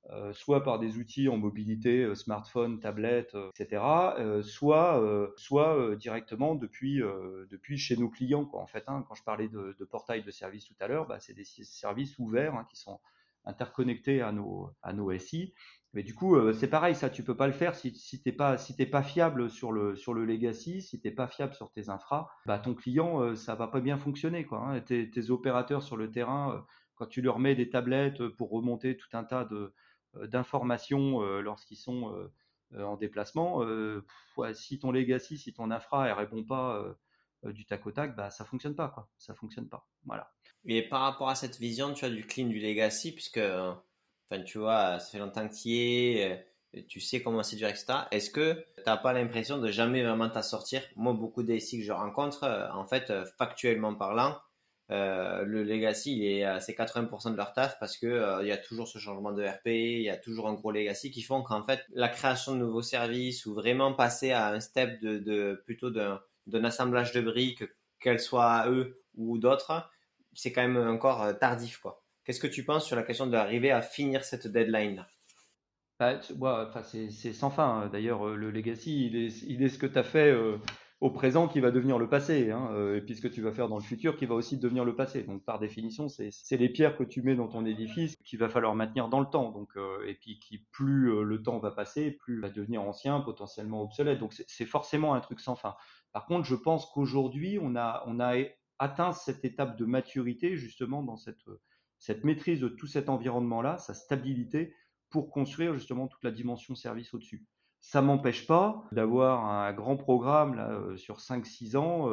soit par des outils en mobilité, smartphone, tablette, etc., soit directement depuis chez nos clients, quoi. En fait, hein, quand je parlais de portail de services tout à l'heure, bah, c'est des services ouverts, hein, qui sont interconnectés à nos SI. Mais du coup, c'est pareil, ça, tu peux pas le faire si t'es pas fiable sur le legacy, si t'es pas fiable sur tes infras, bah ton client, ça va pas bien fonctionner, quoi, hein. Tes opérateurs sur le terrain, quand tu leur mets des tablettes pour remonter tout un tas d'informations lorsqu'ils sont en déplacement, ouais, si ton legacy, si ton infra, elle répond pas du tac au tac, bah ça fonctionne pas, quoi. Ça fonctionne pas. Voilà. Et par rapport à cette vision, tu vois, du clean, du legacy, puisque, enfin, tu vois, ça fait longtemps que tu y es, tu sais comment c'est dur, etc. Est-ce que tu n'as pas l'impression de jamais vraiment t'en sortir? Moi, beaucoup d'IC que je rencontre, en fait, factuellement parlant, le legacy, c'est 80% de leur taf parce que, il y a toujours ce changement de RP, il y a toujours un gros legacy qui font qu'en fait, la création de nouveaux services ou vraiment passer à un step plutôt d'un assemblage de briques, qu'elles soient à eux ou d'autres, c'est quand même encore tardif, quoi. Qu'est-ce que tu penses sur la question d'arriver à finir cette deadline-là? Bah, ouais, enfin, c'est sans fin, hein. D'ailleurs, le legacy, il est ce que tu as fait au présent qui va devenir le passé, hein, et puis ce que tu vas faire dans le futur qui va aussi devenir le passé. Donc, par définition, c'est les pierres que tu mets dans ton édifice qu'il va falloir maintenir dans le temps. Donc, et puis qui plus le temps va passer, plus il va devenir ancien, potentiellement obsolète. Donc, c'est forcément un truc sans fin. Par contre, je pense qu'aujourd'hui, on a atteint cette étape de maturité justement dans cette maîtrise de tout cet environnement-là, sa stabilité pour construire justement toute la dimension service au-dessus. Ça m'empêche pas d'avoir un grand programme là, sur 5-6 ans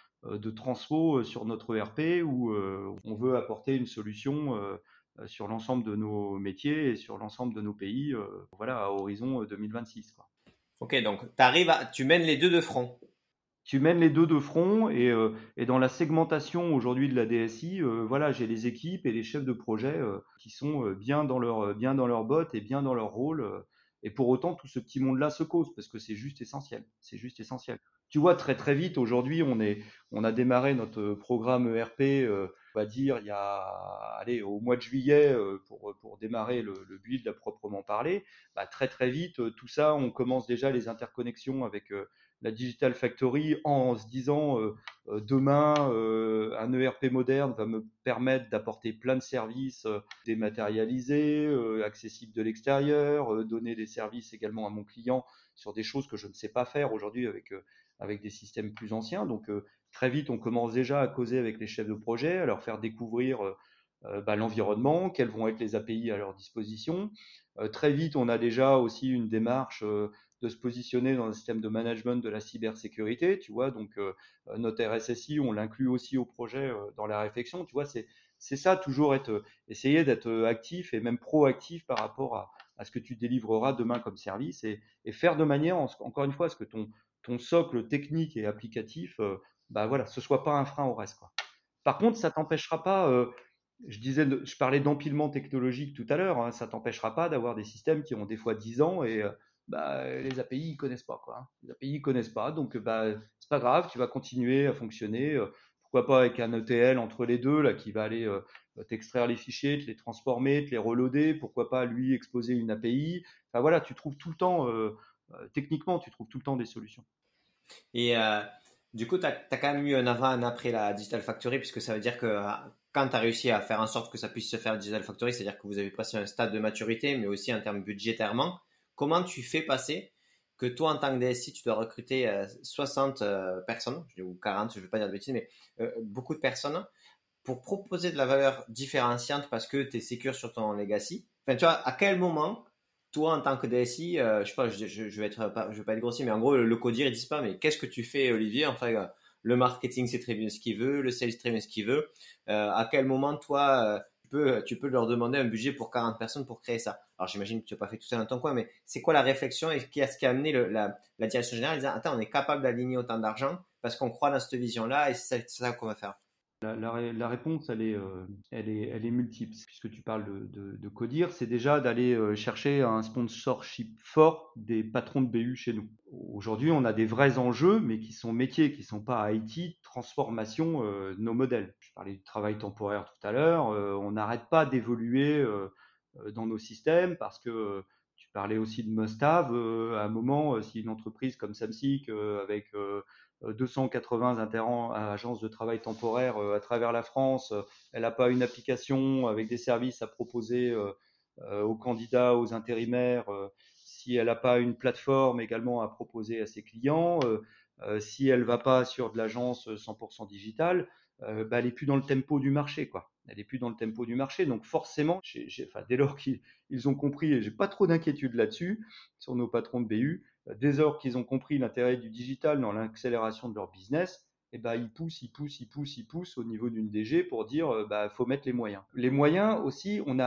de transfo sur notre ERP où on veut apporter une solution sur l'ensemble de nos métiers et sur l'ensemble de nos pays, voilà, à horizon 2026, quoi. Ok, donc tu mènes les deux de front. Tu mènes les deux de front et dans la segmentation aujourd'hui de la DSI, voilà, j'ai les équipes et les chefs de projet qui sont bien dans leur bottes et bien dans leur rôle. Et pour autant, tout ce petit monde-là se cause parce que c'est juste essentiel. C'est juste essentiel. Tu vois, très très vite, aujourd'hui, on a démarré notre programme ERP, on va dire, allez, au mois de juillet pour démarrer le build à proprement parler. Bah, très très vite, tout ça, on commence déjà les interconnexions avec la Digital Factory en se disant demain un ERP moderne va me permettre d'apporter plein de services dématérialisés, accessibles de l'extérieur, donner des services également à mon client sur des choses que je ne sais pas faire aujourd'hui avec des systèmes plus anciens. Donc très vite, on commence déjà à causer avec les chefs de projet, à leur faire découvrir l'environnement, quelles vont être les API à leur disposition. Très vite, on a déjà aussi une démarche de se positionner dans un système de management de la cybersécurité, tu vois. Donc, notre RSSI, on l'inclut aussi au projet dans la réflexion, tu vois. C'est ça, toujours essayer d'être actif et même proactif par rapport à ce que tu délivreras demain comme service et faire de manière, encore une fois, à ce que ton socle technique et applicatif, bah voilà, ce soit pas un frein au reste, quoi. Par contre, ça t'empêchera pas, je parlais d'empilement technologique tout à l'heure, hein, ça t'empêchera pas d'avoir des systèmes qui ont des fois 10 ans et bah, les API ils connaissent pas, quoi, hein. Les API ils connaissent pas, donc bah c'est pas grave, tu vas continuer à fonctionner. Pourquoi pas avec un ETL entre les deux là qui va aller t'extraire les fichiers, te les transformer, te les reloader. Pourquoi pas lui exposer une API. Enfin voilà, tu trouves tout le temps techniquement, tu trouves tout le temps des solutions. Et du coup, tu as quand même eu un avant, un après la Digital Factory, puisque ça veut dire que quand tu as réussi à faire en sorte que ça puisse se faire Digital Factory, c'est-à-dire que vous avez passé un stade de maturité, mais aussi en termes budgétairement, comment tu fais passer que toi, en tant que DSI, tu dois recruter 60 personnes, ou 40, je ne veux pas dire de bêtises, mais beaucoup de personnes, pour proposer de la valeur différenciante parce que tu es sécure sur ton legacy. Enfin, tu vois, à quel moment, toi, en tant que DSI, je sais pas, je vais je vais pas être grossier, mais en gros, le codir, ils disent pas, mais qu'est-ce que tu fais, Olivier? Enfin, le marketing, c'est très bien ce qu'il veut, le sales, c'est très bien ce qu'il veut. À quel moment, toi, tu peux leur demander un budget pour 40 personnes pour créer ça? Alors, j'imagine que tu n'as pas fait tout ça dans ton coin, mais c'est quoi la réflexion et ce qui a amené la direction générale en disant, attends, on est capable d'aligner autant d'argent parce qu'on croit dans cette vision-là et c'est ça qu'on va faire. La réponse, elle est multiple. Puisque tu parles de Codir, c'est déjà d'aller chercher un sponsorship fort des patrons de BU chez nous. Aujourd'hui, on a des vrais enjeux, mais qui sont métiers, qui ne sont pas IT, transformation de nos modèles. Je parlais du travail temporaire tout à l'heure. On n'arrête pas d'évoluer dans nos systèmes parce que tu parlais aussi de must-have. À un moment, si une entreprise comme Samsic, avec 280 agences de travail temporaire à travers la France, elle n'a pas une application avec des services à proposer aux candidats, aux intérimaires, si elle n'a pas une plateforme également à proposer à ses clients, si elle ne va pas sur de l'agence 100% digitale, bah, elle n'est plus dans le tempo du marché, quoi. Elle n'est plus dans le tempo du marché. Donc forcément, enfin, dès lors qu'ils ont compris, et j'ai pas trop d'inquiétude là-dessus, sur nos patrons de BU, dès lors qu'ils ont compris l'intérêt du digital dans l'accélération de leur business, et ben ils poussent au niveau d'une DG pour dire bah faut mettre les moyens. Les moyens aussi, on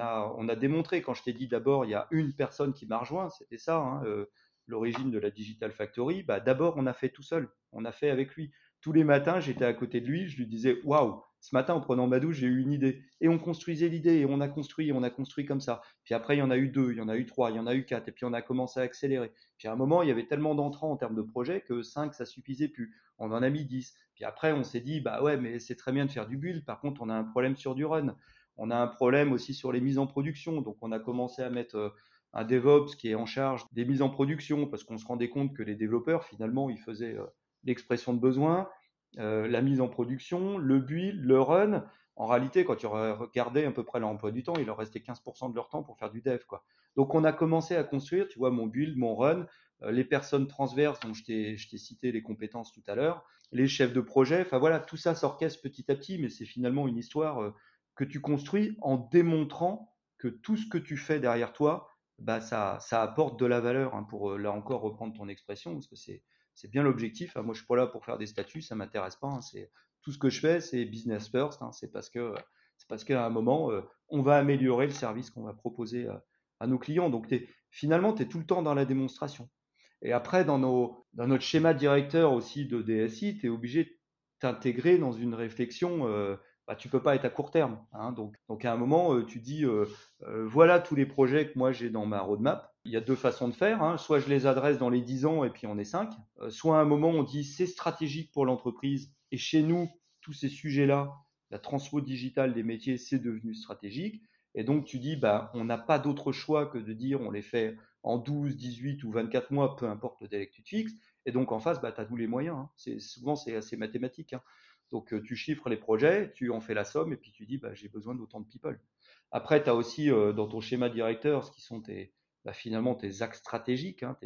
a démontré. Quand je t'ai dit d'abord, il y a une personne qui m'a rejoint, c'était ça, hein, l'origine de la Digital Factory. Bah d'abord, on a fait tout seul, on a fait avec lui. Tous les matins, j'étais à côté de lui, je lui disais waouh, ce matin en prenant ma douche, j'ai eu une idée. Et on construisait l'idée, et on a construit comme ça. Puis après, il y en a eu 2, il y en a eu 3, il y en a eu 4, et puis on a commencé à accélérer. Puis à un moment, il y avait tellement d'entrants en termes de projets que 5, ça suffisait plus. On en a mis 10. Puis après, on s'est dit, bah ouais, mais c'est très bien de faire du build. Par contre, on a un problème sur du run. On a un problème aussi sur les mises en production. Donc, on a commencé à mettre un DevOps qui est en charge des mises en production parce qu'on se rendait compte que les développeurs, finalement, ils faisaient l'expression de besoin, la mise en production, le build, le run. En réalité, quand tu regardais à peu près leur emploi du temps, il leur restait 15% de leur temps pour faire du dev, quoi. Donc, on a commencé à construire, tu vois, mon build, mon run, les personnes transverses dont je t'ai cité les compétences tout à l'heure, les chefs de projet, enfin voilà, tout ça s'orchestre petit à petit, mais c'est finalement une histoire que tu construis en démontrant que tout ce que tu fais derrière toi, bah ça apporte de la valeur, hein, pour là encore reprendre ton expression, parce que c'est bien l'objectif. Hein. Moi, je suis pas là pour faire des statuts, ça m'intéresse pas. Hein. C'est tout ce que je fais, c'est business first. Hein. C'est parce qu'à un moment, on va améliorer le service qu'on va proposer à nos clients. Donc, finalement, tu es tout le temps dans la démonstration. Et après, dans notre schéma directeur aussi de DSI, tu es obligé de t'intégrer dans une réflexion. Bah, tu peux pas être à court terme. Hein. Donc, à un moment, tu dis voilà tous les projets que moi j'ai dans ma roadmap. Il y a 2 façons de faire. Hein. Soit je les adresse dans les 10 ans et puis on est 5. Soit à un moment, on dit c'est stratégique pour l'entreprise. Et chez nous, tous ces sujets-là, la transfo digitale des métiers, c'est devenu stratégique. Et donc, tu dis bah, on n'a pas d'autre choix que de dire on les fait en 12, 18 ou 24 mois, peu importe le délai que tu te fixes. Et donc en face, bah, tu as tous les moyens. Hein. Souvent, c'est assez mathématique. Hein. Donc tu chiffres les projets, tu en fais la somme et puis tu dis bah, j'ai besoin d'autant de people. Après, tu as aussi dans ton schéma directeur ce qui sont finalement tes axes stratégiques, hein,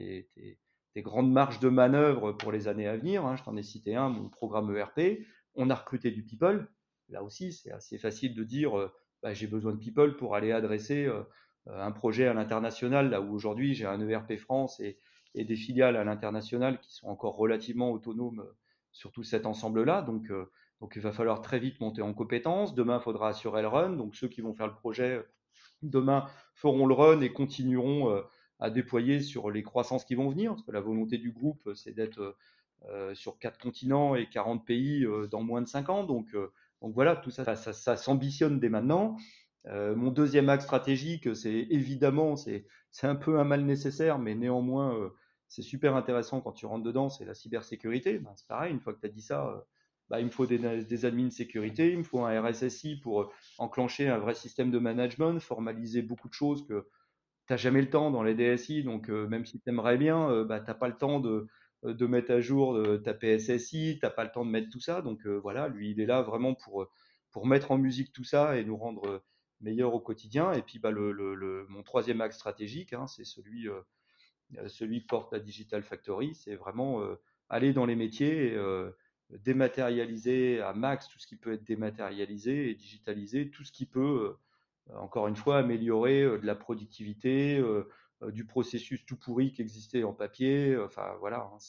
tes grandes marges de manœuvre pour les années à venir. Hein. Je t'en ai cité un, mon programme ERP. On a recruté du people. Là aussi, c'est assez facile de dire bah, j'ai besoin de people pour aller adresser un projet à l'international, là où aujourd'hui j'ai un ERP France et des filiales à l'international qui sont encore relativement autonomes sur tout cet ensemble-là. Donc il va falloir très vite monter en compétences. Demain, il faudra assurer le run. Donc ceux qui vont faire le projet demain feront le run et continueront à déployer sur les croissances qui vont venir. Parce que la volonté du groupe, c'est d'être sur 4 continents et 40 pays dans moins de 5 ans. Donc voilà, tout ça, ça s'ambitionne dès maintenant. Mon deuxième axe stratégique, c'est évidemment, c'est un peu un mal nécessaire, mais néanmoins, c'est super intéressant quand tu rentres dedans, c'est la cybersécurité. Ben, c'est pareil, une fois que tu as dit ça, bah, il me faut des admins de sécurité, il me faut un RSSI pour enclencher un vrai système de management, formaliser beaucoup de choses que tu n'as jamais le temps dans les DSI, donc même si tu aimerais bien, bah, tu n'as pas le temps de mettre à jour ta PSSI, tu n'as pas le temps de mettre tout ça, donc voilà, lui, il est là vraiment pour mettre en musique tout ça et nous rendre meilleurs au quotidien. Et puis bah, mon troisième axe stratégique, hein, c'est celui que porte la Digital Factory, c'est vraiment aller dans les métiers et dématérialiser à max tout ce qui peut être dématérialisé et digitaliser tout ce qui peut, encore une fois, améliorer de la productivité, du processus tout pourri qui existait en papier. Enfin voilà, hein,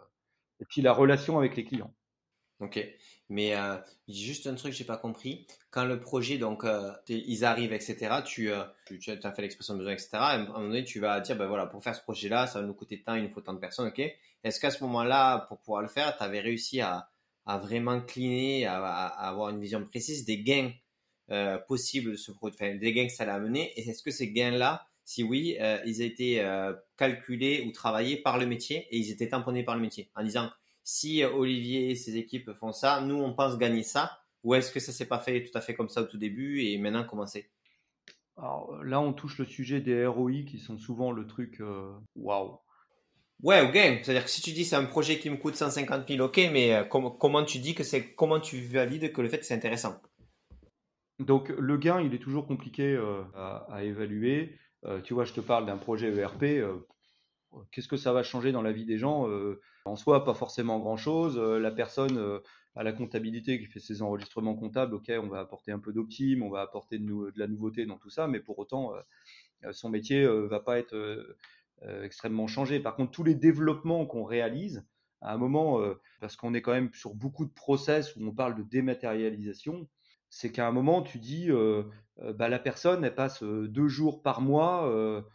et puis la relation avec les clients. Ok, mais juste un truc que j'ai pas compris. Quand le projet, donc ils arrivent, etc. Tu as fait l'expression de besoin, etc. À un moment donné, tu vas dire, ben voilà, pour faire ce projet-là, ça va nous coûter tant, il nous faut tant de personnes, ok. Est-ce qu'à ce moment-là, pour pouvoir le faire, tu avais réussi à vraiment cleaner, à avoir une vision précise des gains possibles de ce projet, enfin, des gains que ça allait amener, et est-ce que ces gains-là, si oui, ils étaient calculés ou travaillés par le métier et ils étaient tamponnés par le métier en disant si Olivier et ses équipes font ça, nous on pense gagner ça, ou est-ce que ça s'est pas fait tout à fait comme ça au tout début et maintenant comment c'est? Alors là, on touche le sujet des ROI qui sont souvent le truc waouh. Ouais, au gain. C'est-à-dire que si tu dis c'est un projet qui me coûte 150 000, ok, mais comment tu dis que comment tu valides que le fait que c'est intéressant? Donc le gain, il est toujours compliqué à évaluer. Tu vois, je te parle d'un projet ERP. Qu'est-ce que ça va changer dans la vie des gens? En soi, pas forcément grand-chose. La personne à la comptabilité qui fait ses enregistrements comptables, ok, on va apporter un peu d'optime, on va apporter de la nouveauté dans tout ça, mais pour autant, son métier va pas être extrêmement changé. Par contre, tous les développements qu'on réalise, à un moment, parce qu'on est quand même sur beaucoup de process où on parle de dématérialisation, c'est qu'à un moment, tu dis, bah, la personne, elle passe 2 jours par mois.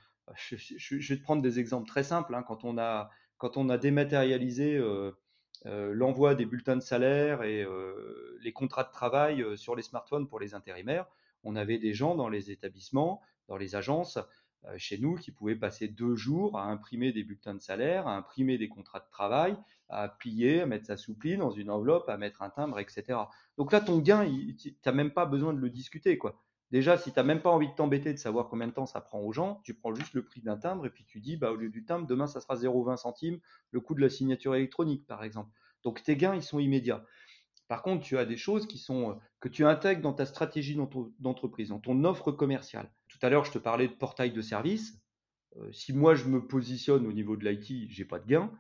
Je vais te prendre des exemples très simples, hein. Quand on a dématérialisé l'envoi des bulletins de salaire et les contrats de travail sur les smartphones pour les intérimaires, on avait des gens dans les établissements, dans les agences, chez nous, qui pouvaient passer 2 jours à imprimer des bulletins de salaire, à imprimer des contrats de travail, à plier, à mettre sa soupline dans une enveloppe, à mettre un timbre, etc. Donc là, ton gain, tu n'as même pas besoin de le discuter, quoi. Déjà, si tu n'as même pas envie de t'embêter de savoir combien de temps ça prend aux gens, tu prends juste le prix d'un timbre et puis tu dis, bah, au lieu du timbre, demain, ça sera 0,20 centimes le coût de la signature électronique, par exemple. Donc tes gains, ils sont immédiats. Par contre, tu as des choses qui sont que tu intègres dans ta stratégie d'entreprise, dans ton offre commerciale. Tout à l'heure, je te parlais de portail de service. Si moi je me positionne au niveau de l'IT, j'ai pas de gain.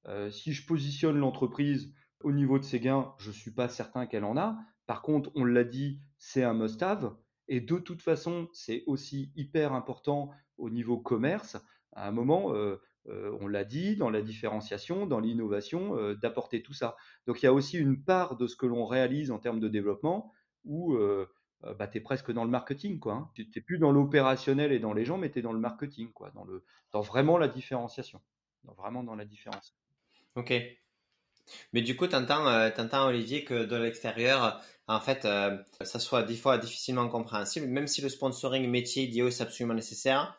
Si je positionne l'entreprise au niveau de ses gains, je suis pas certain qu'elle en a. Par contre, on l'a dit, c'est un must-have. Et de toute façon, c'est aussi hyper important au niveau commerce. À un moment, on l'a dit, dans la différenciation, dans l'innovation, d'apporter tout ça. Donc il y a aussi une part de ce que l'on réalise en termes de développement où bah, tu es presque dans le marketing, quoi, hein. Tu n'es plus dans l'opérationnel et dans les gens, mais tu es dans le marketing, quoi, dans vraiment la différenciation. Vraiment dans la différence. Ok. Mais du coup, t'entends, Olivier, que de l'extérieur, en fait, ça soit des fois difficilement compréhensible, même si le sponsoring métier d'IO est absolument nécessaire,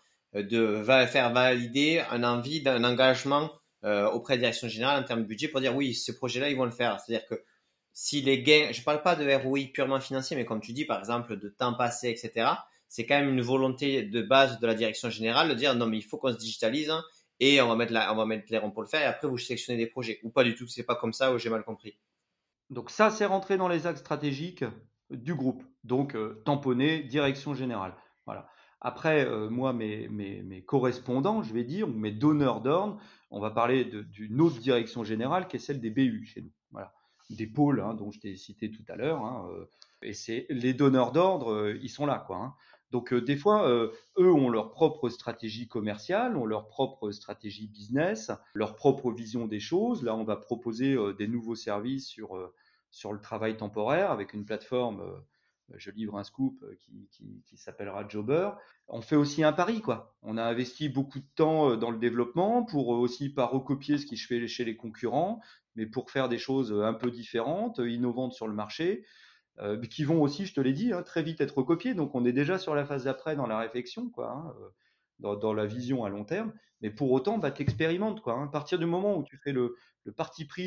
faire valider un envie d'un engagement auprès de la direction générale en termes de budget pour dire oui, ce projet-là, ils vont le faire. C'est-à-dire que si les gains, je parle pas de ROI purement financier, mais comme tu dis, par exemple, de temps passé, etc., c'est quand même une volonté de base de la direction générale de dire non, mais il faut qu'on se digitalise, hein, et on va mettre les ronds pour le faire et après vous sélectionnez des projets. Ou pas du tout, c'est pas comme ça ou j'ai mal compris. Donc ça, c'est rentré dans les axes stratégiques du groupe. Donc tamponné, direction générale. Voilà. Après, moi, mes correspondants, je vais dire, ou mes donneurs d'ordre, on va parler d'une autre direction générale qui est celle des BU chez nous. Voilà. Des pôles, hein, dont je t'ai cité tout à l'heure, hein, et c'est les donneurs d'ordre, ils sont là, quoi, hein. Donc des fois, eux ont leur propre stratégie commerciale, ont leur propre stratégie business, leur propre vision des choses. Là, on va proposer des nouveaux services sur le travail temporaire avec une plateforme. Je livre un scoop qui s'appellera Jobber. On fait aussi un pari, quoi. On a investi beaucoup de temps dans le développement pour aussi pas recopier ce qui se fait chez les concurrents, mais pour faire des choses un peu différentes, innovantes sur le marché, qui vont aussi, je te l'ai dit, hein, très vite être recopiées. Donc on est déjà sur la phase d'après dans la réflexion, quoi, hein, dans la vision à long terme. Mais pour autant, bah, t'expérimentes, quoi, hein. À partir du moment où tu fais le parti pris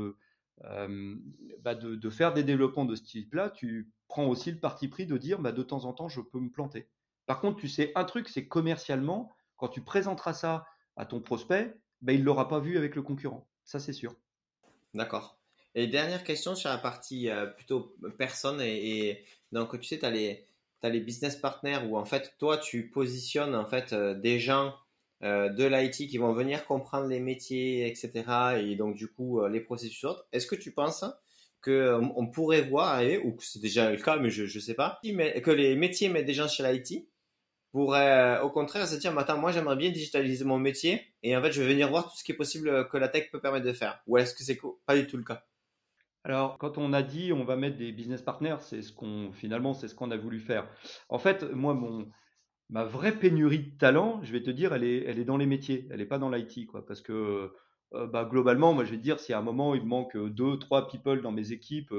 euh, de faire des développements de ce type-là, tu prends aussi le parti pris de dire bah, de temps en temps, je peux me planter. Par contre, tu sais un truc, c'est commercialement, quand tu présenteras ça à ton prospect, bah, il ne l'aura pas vu avec le concurrent. Ça, c'est sûr. D'accord. Et dernière question sur la partie plutôt personne donc tu sais, t'as les business partners où en fait toi tu positionnes en fait des gens de l'IT qui vont venir comprendre les métiers, etc. Et donc du coup les processus autres. Est-ce que tu penses que on pourrait voir arriver, ou que c'est déjà le cas, mais je sais pas, que les métiers mettent des gens chez l'IT pourrait au contraire se dire, mais attends, moi j'aimerais bien digitaliser mon métier et en fait je vais venir voir tout ce qui est possible que la tech peut permettre de faire. Ou est-ce que c'est pas du tout le cas? Alors, quand on a dit on va mettre des business partners, finalement, c'est ce qu'on a voulu faire. En fait, moi, ma vraie pénurie de talent, je vais te dire, elle est dans les métiers, elle n'est pas dans l'IT, quoi. Parce que bah, globalement, moi, je vais te dire, si à un moment il me manque deux, trois people dans mes équipes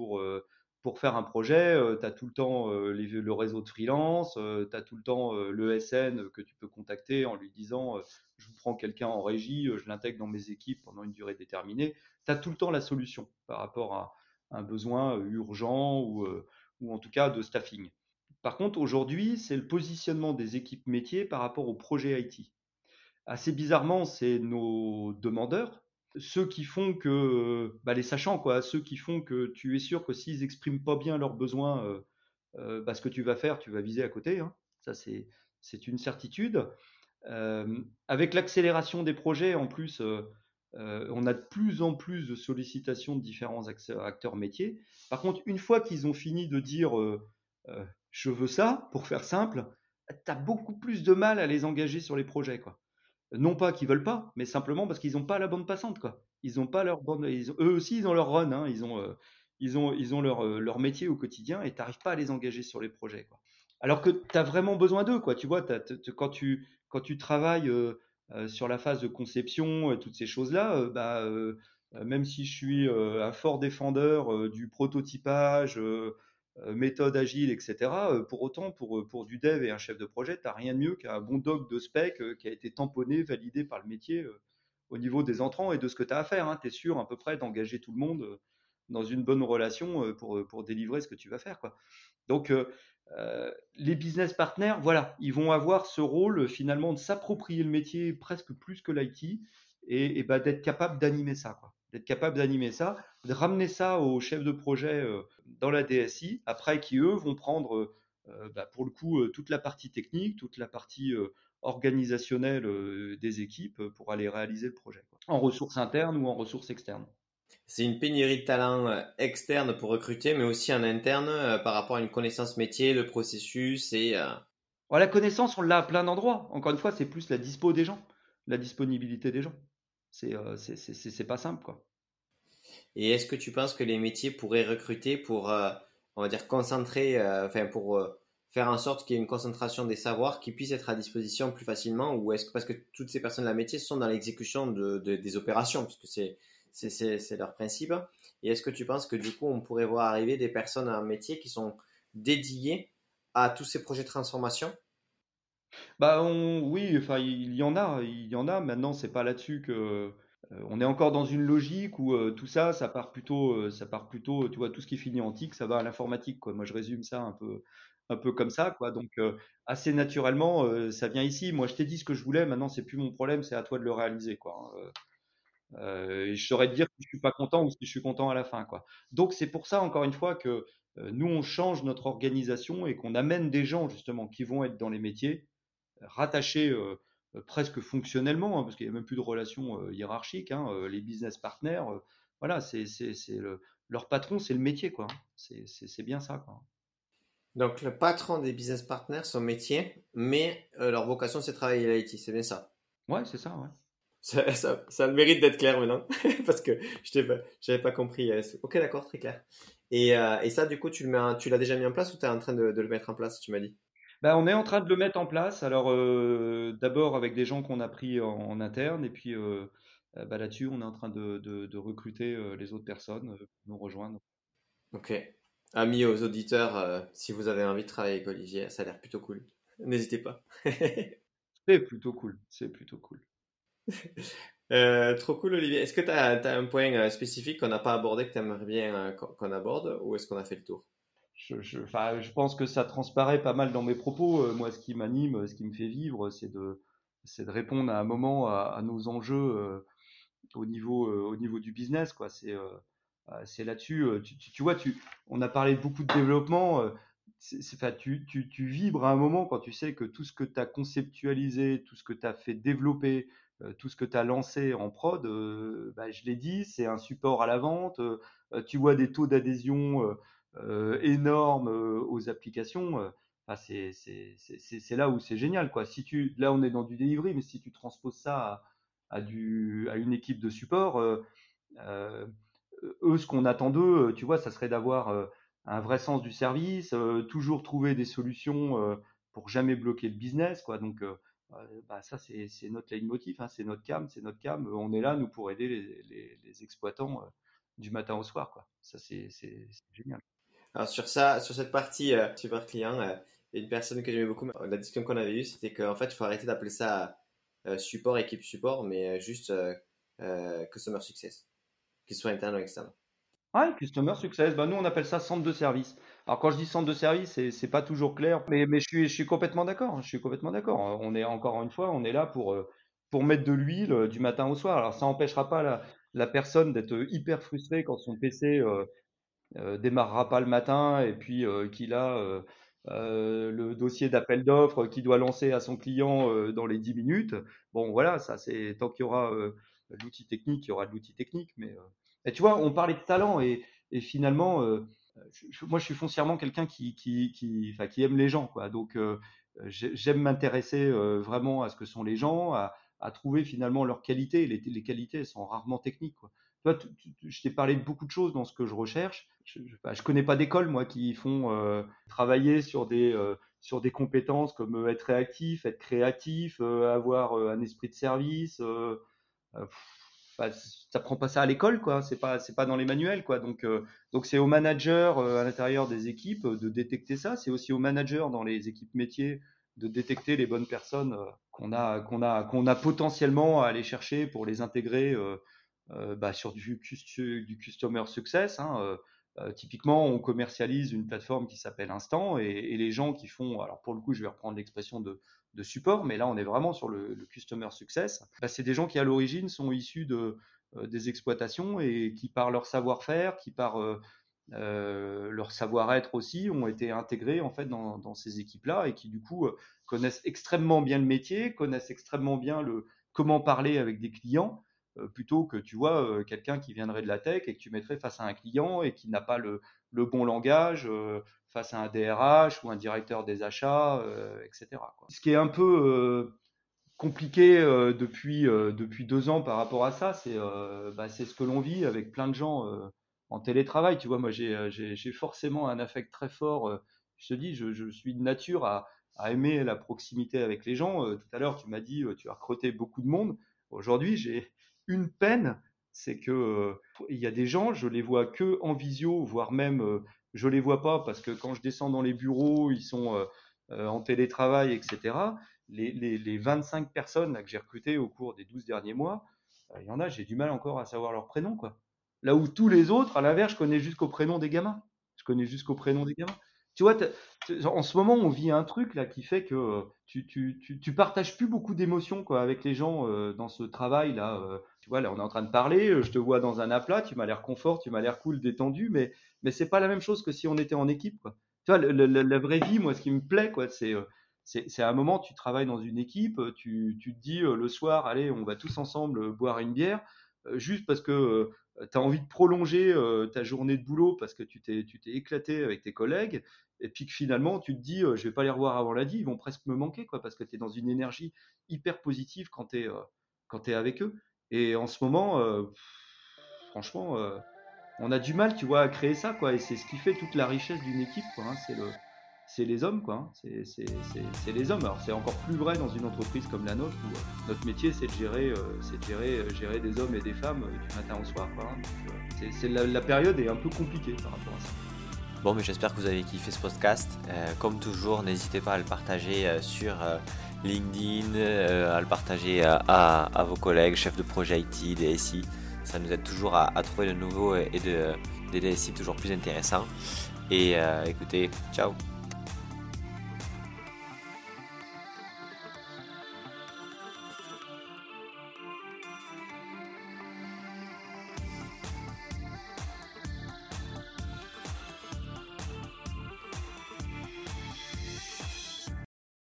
pour faire un projet, tu as tout le temps le réseau de freelance, tu as tout le temps le SN que tu peux contacter en lui disant je vous prends quelqu'un en régie, je l'intègre dans mes équipes pendant une durée déterminée. Tu as tout le temps la solution par rapport à un besoin urgent ou en tout cas de staffing. Par contre, aujourd'hui, c'est le positionnement des équipes métiers par rapport au projet IT. Assez bizarrement, c'est nos demandeurs, ceux qui font que, les sachants, quoi, ceux qui font que tu es sûr que s'ils expriment pas bien leurs besoins, ce que tu vas faire, tu vas viser à côté, hein. Ça, c'est une certitude. Avec l'accélération des projets, en plus, on a de plus en plus de sollicitations de différents acteurs métiers. Par contre, une fois qu'ils ont fini de dire je veux ça, pour faire simple, tu as beaucoup plus de mal à les engager sur les projets, quoi. Non pas qu'ils veulent pas, mais simplement parce qu'ils n'ont pas la bande passante, quoi. Ils ont pas leur bande, eux aussi, ils ont leur run, hein, ils ont leur métier au quotidien et tu n'arrives pas à les engager sur les projets, quoi. Alors que tu as vraiment besoin d'eux, quoi. Tu vois, quand tu travailles sur la phase de conception, toutes ces choses-là, même si je suis un fort défendeur du prototypage, méthode agile, etc., pour autant, pour du dev et un chef de projet, tu n'as rien de mieux qu'un bon doc de spec qui a été tamponné, validé par le métier au niveau des entrants et de ce que tu as à faire, hein. Tu es sûr à peu près d'engager tout le monde dans une bonne relation pour délivrer ce que tu vas faire, quoi. Donc, les business partners, voilà, ils vont avoir ce rôle finalement de s'approprier le métier presque plus que l'IT et d'être capable d'animer ça, quoi. D'être capable d'animer ça, de ramener ça aux chefs de projet dans la DSI, après qui eux vont prendre pour le coup toute la partie technique, toute la partie organisationnelle des équipes pour aller réaliser le projet, quoi. En ressources internes ou en ressources externes. C'est une pénurie de talents externes pour recruter, mais aussi en interne par rapport à une connaissance métier, le processus La connaissance, on l'a à plein d'endroits. Encore une fois, c'est plus la dispo des gens, la disponibilité des gens. C'est pas simple, quoi. et est-ce que tu penses que les métiers pourraient recruter pour, on va dire, concentrer, enfin pour faire en sorte qu'il y ait une concentration des savoirs qui puissent être à disposition plus facilement, ou est-ce que parce que toutes ces personnes de la métier sont dans l'exécution des opérations, puisque c'est leur principe, et est-ce que tu penses que du coup on pourrait voir arriver des personnes en métier qui sont dédiées à tous ces projets de transformation? Oui, enfin, il y en a. Maintenant, c'est pas là-dessus que on est encore dans une logique où tout ça, ça part plutôt, tu vois, tout ce qui finit en TIC, ça va à l'informatique, quoi. Moi, je résume ça un peu comme ça, quoi. Donc, assez naturellement, ça vient ici. Moi, je t'ai dit ce que je voulais. Maintenant, c'est plus mon problème, c'est à toi de le réaliser, quoi, hein. Et je saurais te dire si je suis pas content ou si je suis content à la fin, quoi. Donc, c'est pour ça, encore une fois, que nous, on change notre organisation et qu'on amène des gens, justement, qui vont être dans les métiers rattachés presque fonctionnellement, hein, parce qu'il n'y a même plus de relation hiérarchique, hein, les business partners, voilà, leur patron, c'est le métier, quoi. C'est bien ça, quoi. Donc le patron des business partners, son métier, mais leur vocation c'est de travailler l'IT, c'est bien ça. Ouais, c'est ça, ouais. Ça a le mérite d'être clair maintenant, parce que j'avais pas compris. Ok, d'accord, très clair. Et ça, du coup, tu l'as déjà mis en place ou tu es en train de le mettre en place, tu m'as dit? On est en train de le mettre en place. Alors, d'abord avec des gens qu'on a pris en interne, et puis là-dessus, on est en train de recruter les autres personnes pour nous rejoindre. Ok. Amis aux auditeurs, si vous avez envie de travailler avec Olivier, ça a l'air plutôt cool. N'hésitez pas. C'est plutôt cool, c'est plutôt cool. Trop cool, Olivier. Est-ce que tu as un point spécifique qu'on n'a pas abordé que tu aimerais bien qu'on aborde, ou est-ce qu'on a fait le tour? Enfin, je pense que ça transparaît pas mal dans mes propos. Moi, ce qui m'anime, ce qui me fait vivre, c'est de répondre à un moment à nos enjeux au niveau du business, quoi. C'est là-dessus. Tu vois, on a parlé beaucoup de développement. Enfin, tu vibres à un moment quand tu sais que tout ce que tu as conceptualisé, tout ce que tu as fait développer, tout ce que tu as lancé en prod, je l'ai dit, c'est un support à la vente. Tu vois des taux d'adhésion énormes aux applications. Enfin, c'est là où c'est génial, quoi. Là, on est dans du delivery, mais si tu transposes ça à une équipe de support, euh, eux, ce qu'on attend d'eux, tu vois, ça serait d'avoir un vrai sens du service, toujours trouver des solutions pour jamais bloquer le business, quoi. Donc, ça, c'est notre leitmotiv, hein, c'est notre cam, c'est notre cam. On est là, nous, pour aider les exploitants du matin au soir, quoi. Ça, c'est génial. Alors sur ça, sur cette partie super client, il y a une personne que j'aimais beaucoup, la discussion qu'on avait eue, c'était qu'en fait, il faut arrêter d'appeler ça support, équipe support, mais juste customer success, qu'il soit interne ou externe. Ah, Customer Success, bah, nous on appelle ça centre de service. Alors quand je dis centre de service, c'est pas toujours clair, mais je suis complètement d'accord. Je suis complètement d'accord. On est encore une fois, on est là pour mettre de l'huile du matin au soir. Alors ça n'empêchera pas la personne d'être hyper frustrée quand son PC démarrera pas le matin et puis qu'il a le dossier d'appel d'offres qu'il doit lancer à son client dans les 10 minutes. Bon, voilà, ça c'est tant qu'il y aura de l'outil technique, il y aura de l'outil technique. Et tu vois, on parlait de talent et finalement, moi je suis foncièrement quelqu'un enfin, qui aime les gens, quoi. Donc j'aime m'intéresser vraiment à ce que sont les gens, à trouver finalement leurs qualités. Les qualités, elles sont rarement techniques, quoi. Toi, je t'ai parlé de beaucoup de choses dans ce que je recherche. Je connais pas d'école, moi, qui font travailler sur des compétences comme être réactif, être créatif, avoir un esprit de service. Euh, Bah, t'apprends pas ça à l'école, quoi. C'est pas dans les manuels, quoi. Donc c'est aux managers à l'intérieur des équipes de détecter ça. C'est aussi aux managers dans les équipes métiers de détecter les bonnes personnes qu'on a potentiellement à aller chercher pour les intégrer bah, sur du customer success, hein. Typiquement, on commercialise une plateforme qui s'appelle Instant et les gens qui font, alors pour le coup, je vais reprendre l'expression de support, mais là, on est vraiment sur le customer success. Bah, c'est des gens qui, à l'origine, sont issus des exploitations et qui, par leur savoir-faire, qui par leur savoir-être aussi, ont été intégrés en fait dans ces équipes-là et qui, du coup, connaissent extrêmement bien le métier, connaissent extrêmement bien comment parler avec des clients plutôt que tu vois quelqu'un qui viendrait de la tech et que tu mettrais face à un client et qui n'a pas le bon langage face à un DRH ou un directeur des achats, etc., quoi. Ce qui est un peu compliqué depuis 2 ans par rapport à ça, c'est ce que l'on vit avec plein de gens en télétravail. Tu vois, moi j'ai forcément un affect très fort. Je te dis, je suis de nature à aimer la proximité avec les gens. Tout à l'heure, tu m'as dit, tu as recruté beaucoup de monde. Aujourd'hui, j'ai une peine, c'est que il y a des gens, je les vois que en visio, voire même je les vois pas parce que quand je descends dans les bureaux, ils sont en télétravail, etc. Les 25 personnes là, que j'ai recrutées au cours des 12 derniers mois, il y en a, j'ai du mal encore à savoir leur prénom, quoi. Là où tous les autres, à l'inverse, je connais jusqu'au prénom des gamins. Je connais jusqu'au prénom des gamins. Tu vois, en ce moment, on vit un truc là qui fait que tu partages plus beaucoup d'émotions quoi avec les gens dans ce travail là. Tu vois, là, on est en train de parler, je te vois dans un aplat, tu m'as l'air confort, tu m'as l'air cool, détendu, mais c'est pas la même chose que si on était en équipe, quoi. Tu vois, la vraie vie, moi, ce qui me plaît, quoi, c'est à un moment, tu travailles dans une équipe, tu te dis le soir, allez, on va tous ensemble boire une bière, juste parce que tu as envie de prolonger ta journée de boulot parce que tu t'es éclaté avec tes collègues, et puis que finalement, tu te dis, je vais pas les revoir avant lundi, ils vont presque me manquer, quoi, parce que tu es dans une énergie hyper positive quand tu es avec eux. Et en ce moment, franchement, on a du mal, tu vois, à créer ça, quoi. Et c'est ce qui fait toute la richesse d'une équipe, quoi, hein. C'est les hommes, quoi, hein. C'est les hommes. Alors c'est encore plus vrai dans une entreprise comme la nôtre où notre métier gérer des hommes et des femmes du matin au soir, quoi, hein. Donc, la période est un peu compliquée par rapport à ça. Bon, mais j'espère que vous avez kiffé ce podcast. Comme toujours, n'hésitez pas à le partager sur LinkedIn, à le partager à vos collègues, chefs de projet IT, DSI. Ça nous aide toujours à trouver de nouveaux et des DSI toujours plus intéressants. Et écoutez, ciao!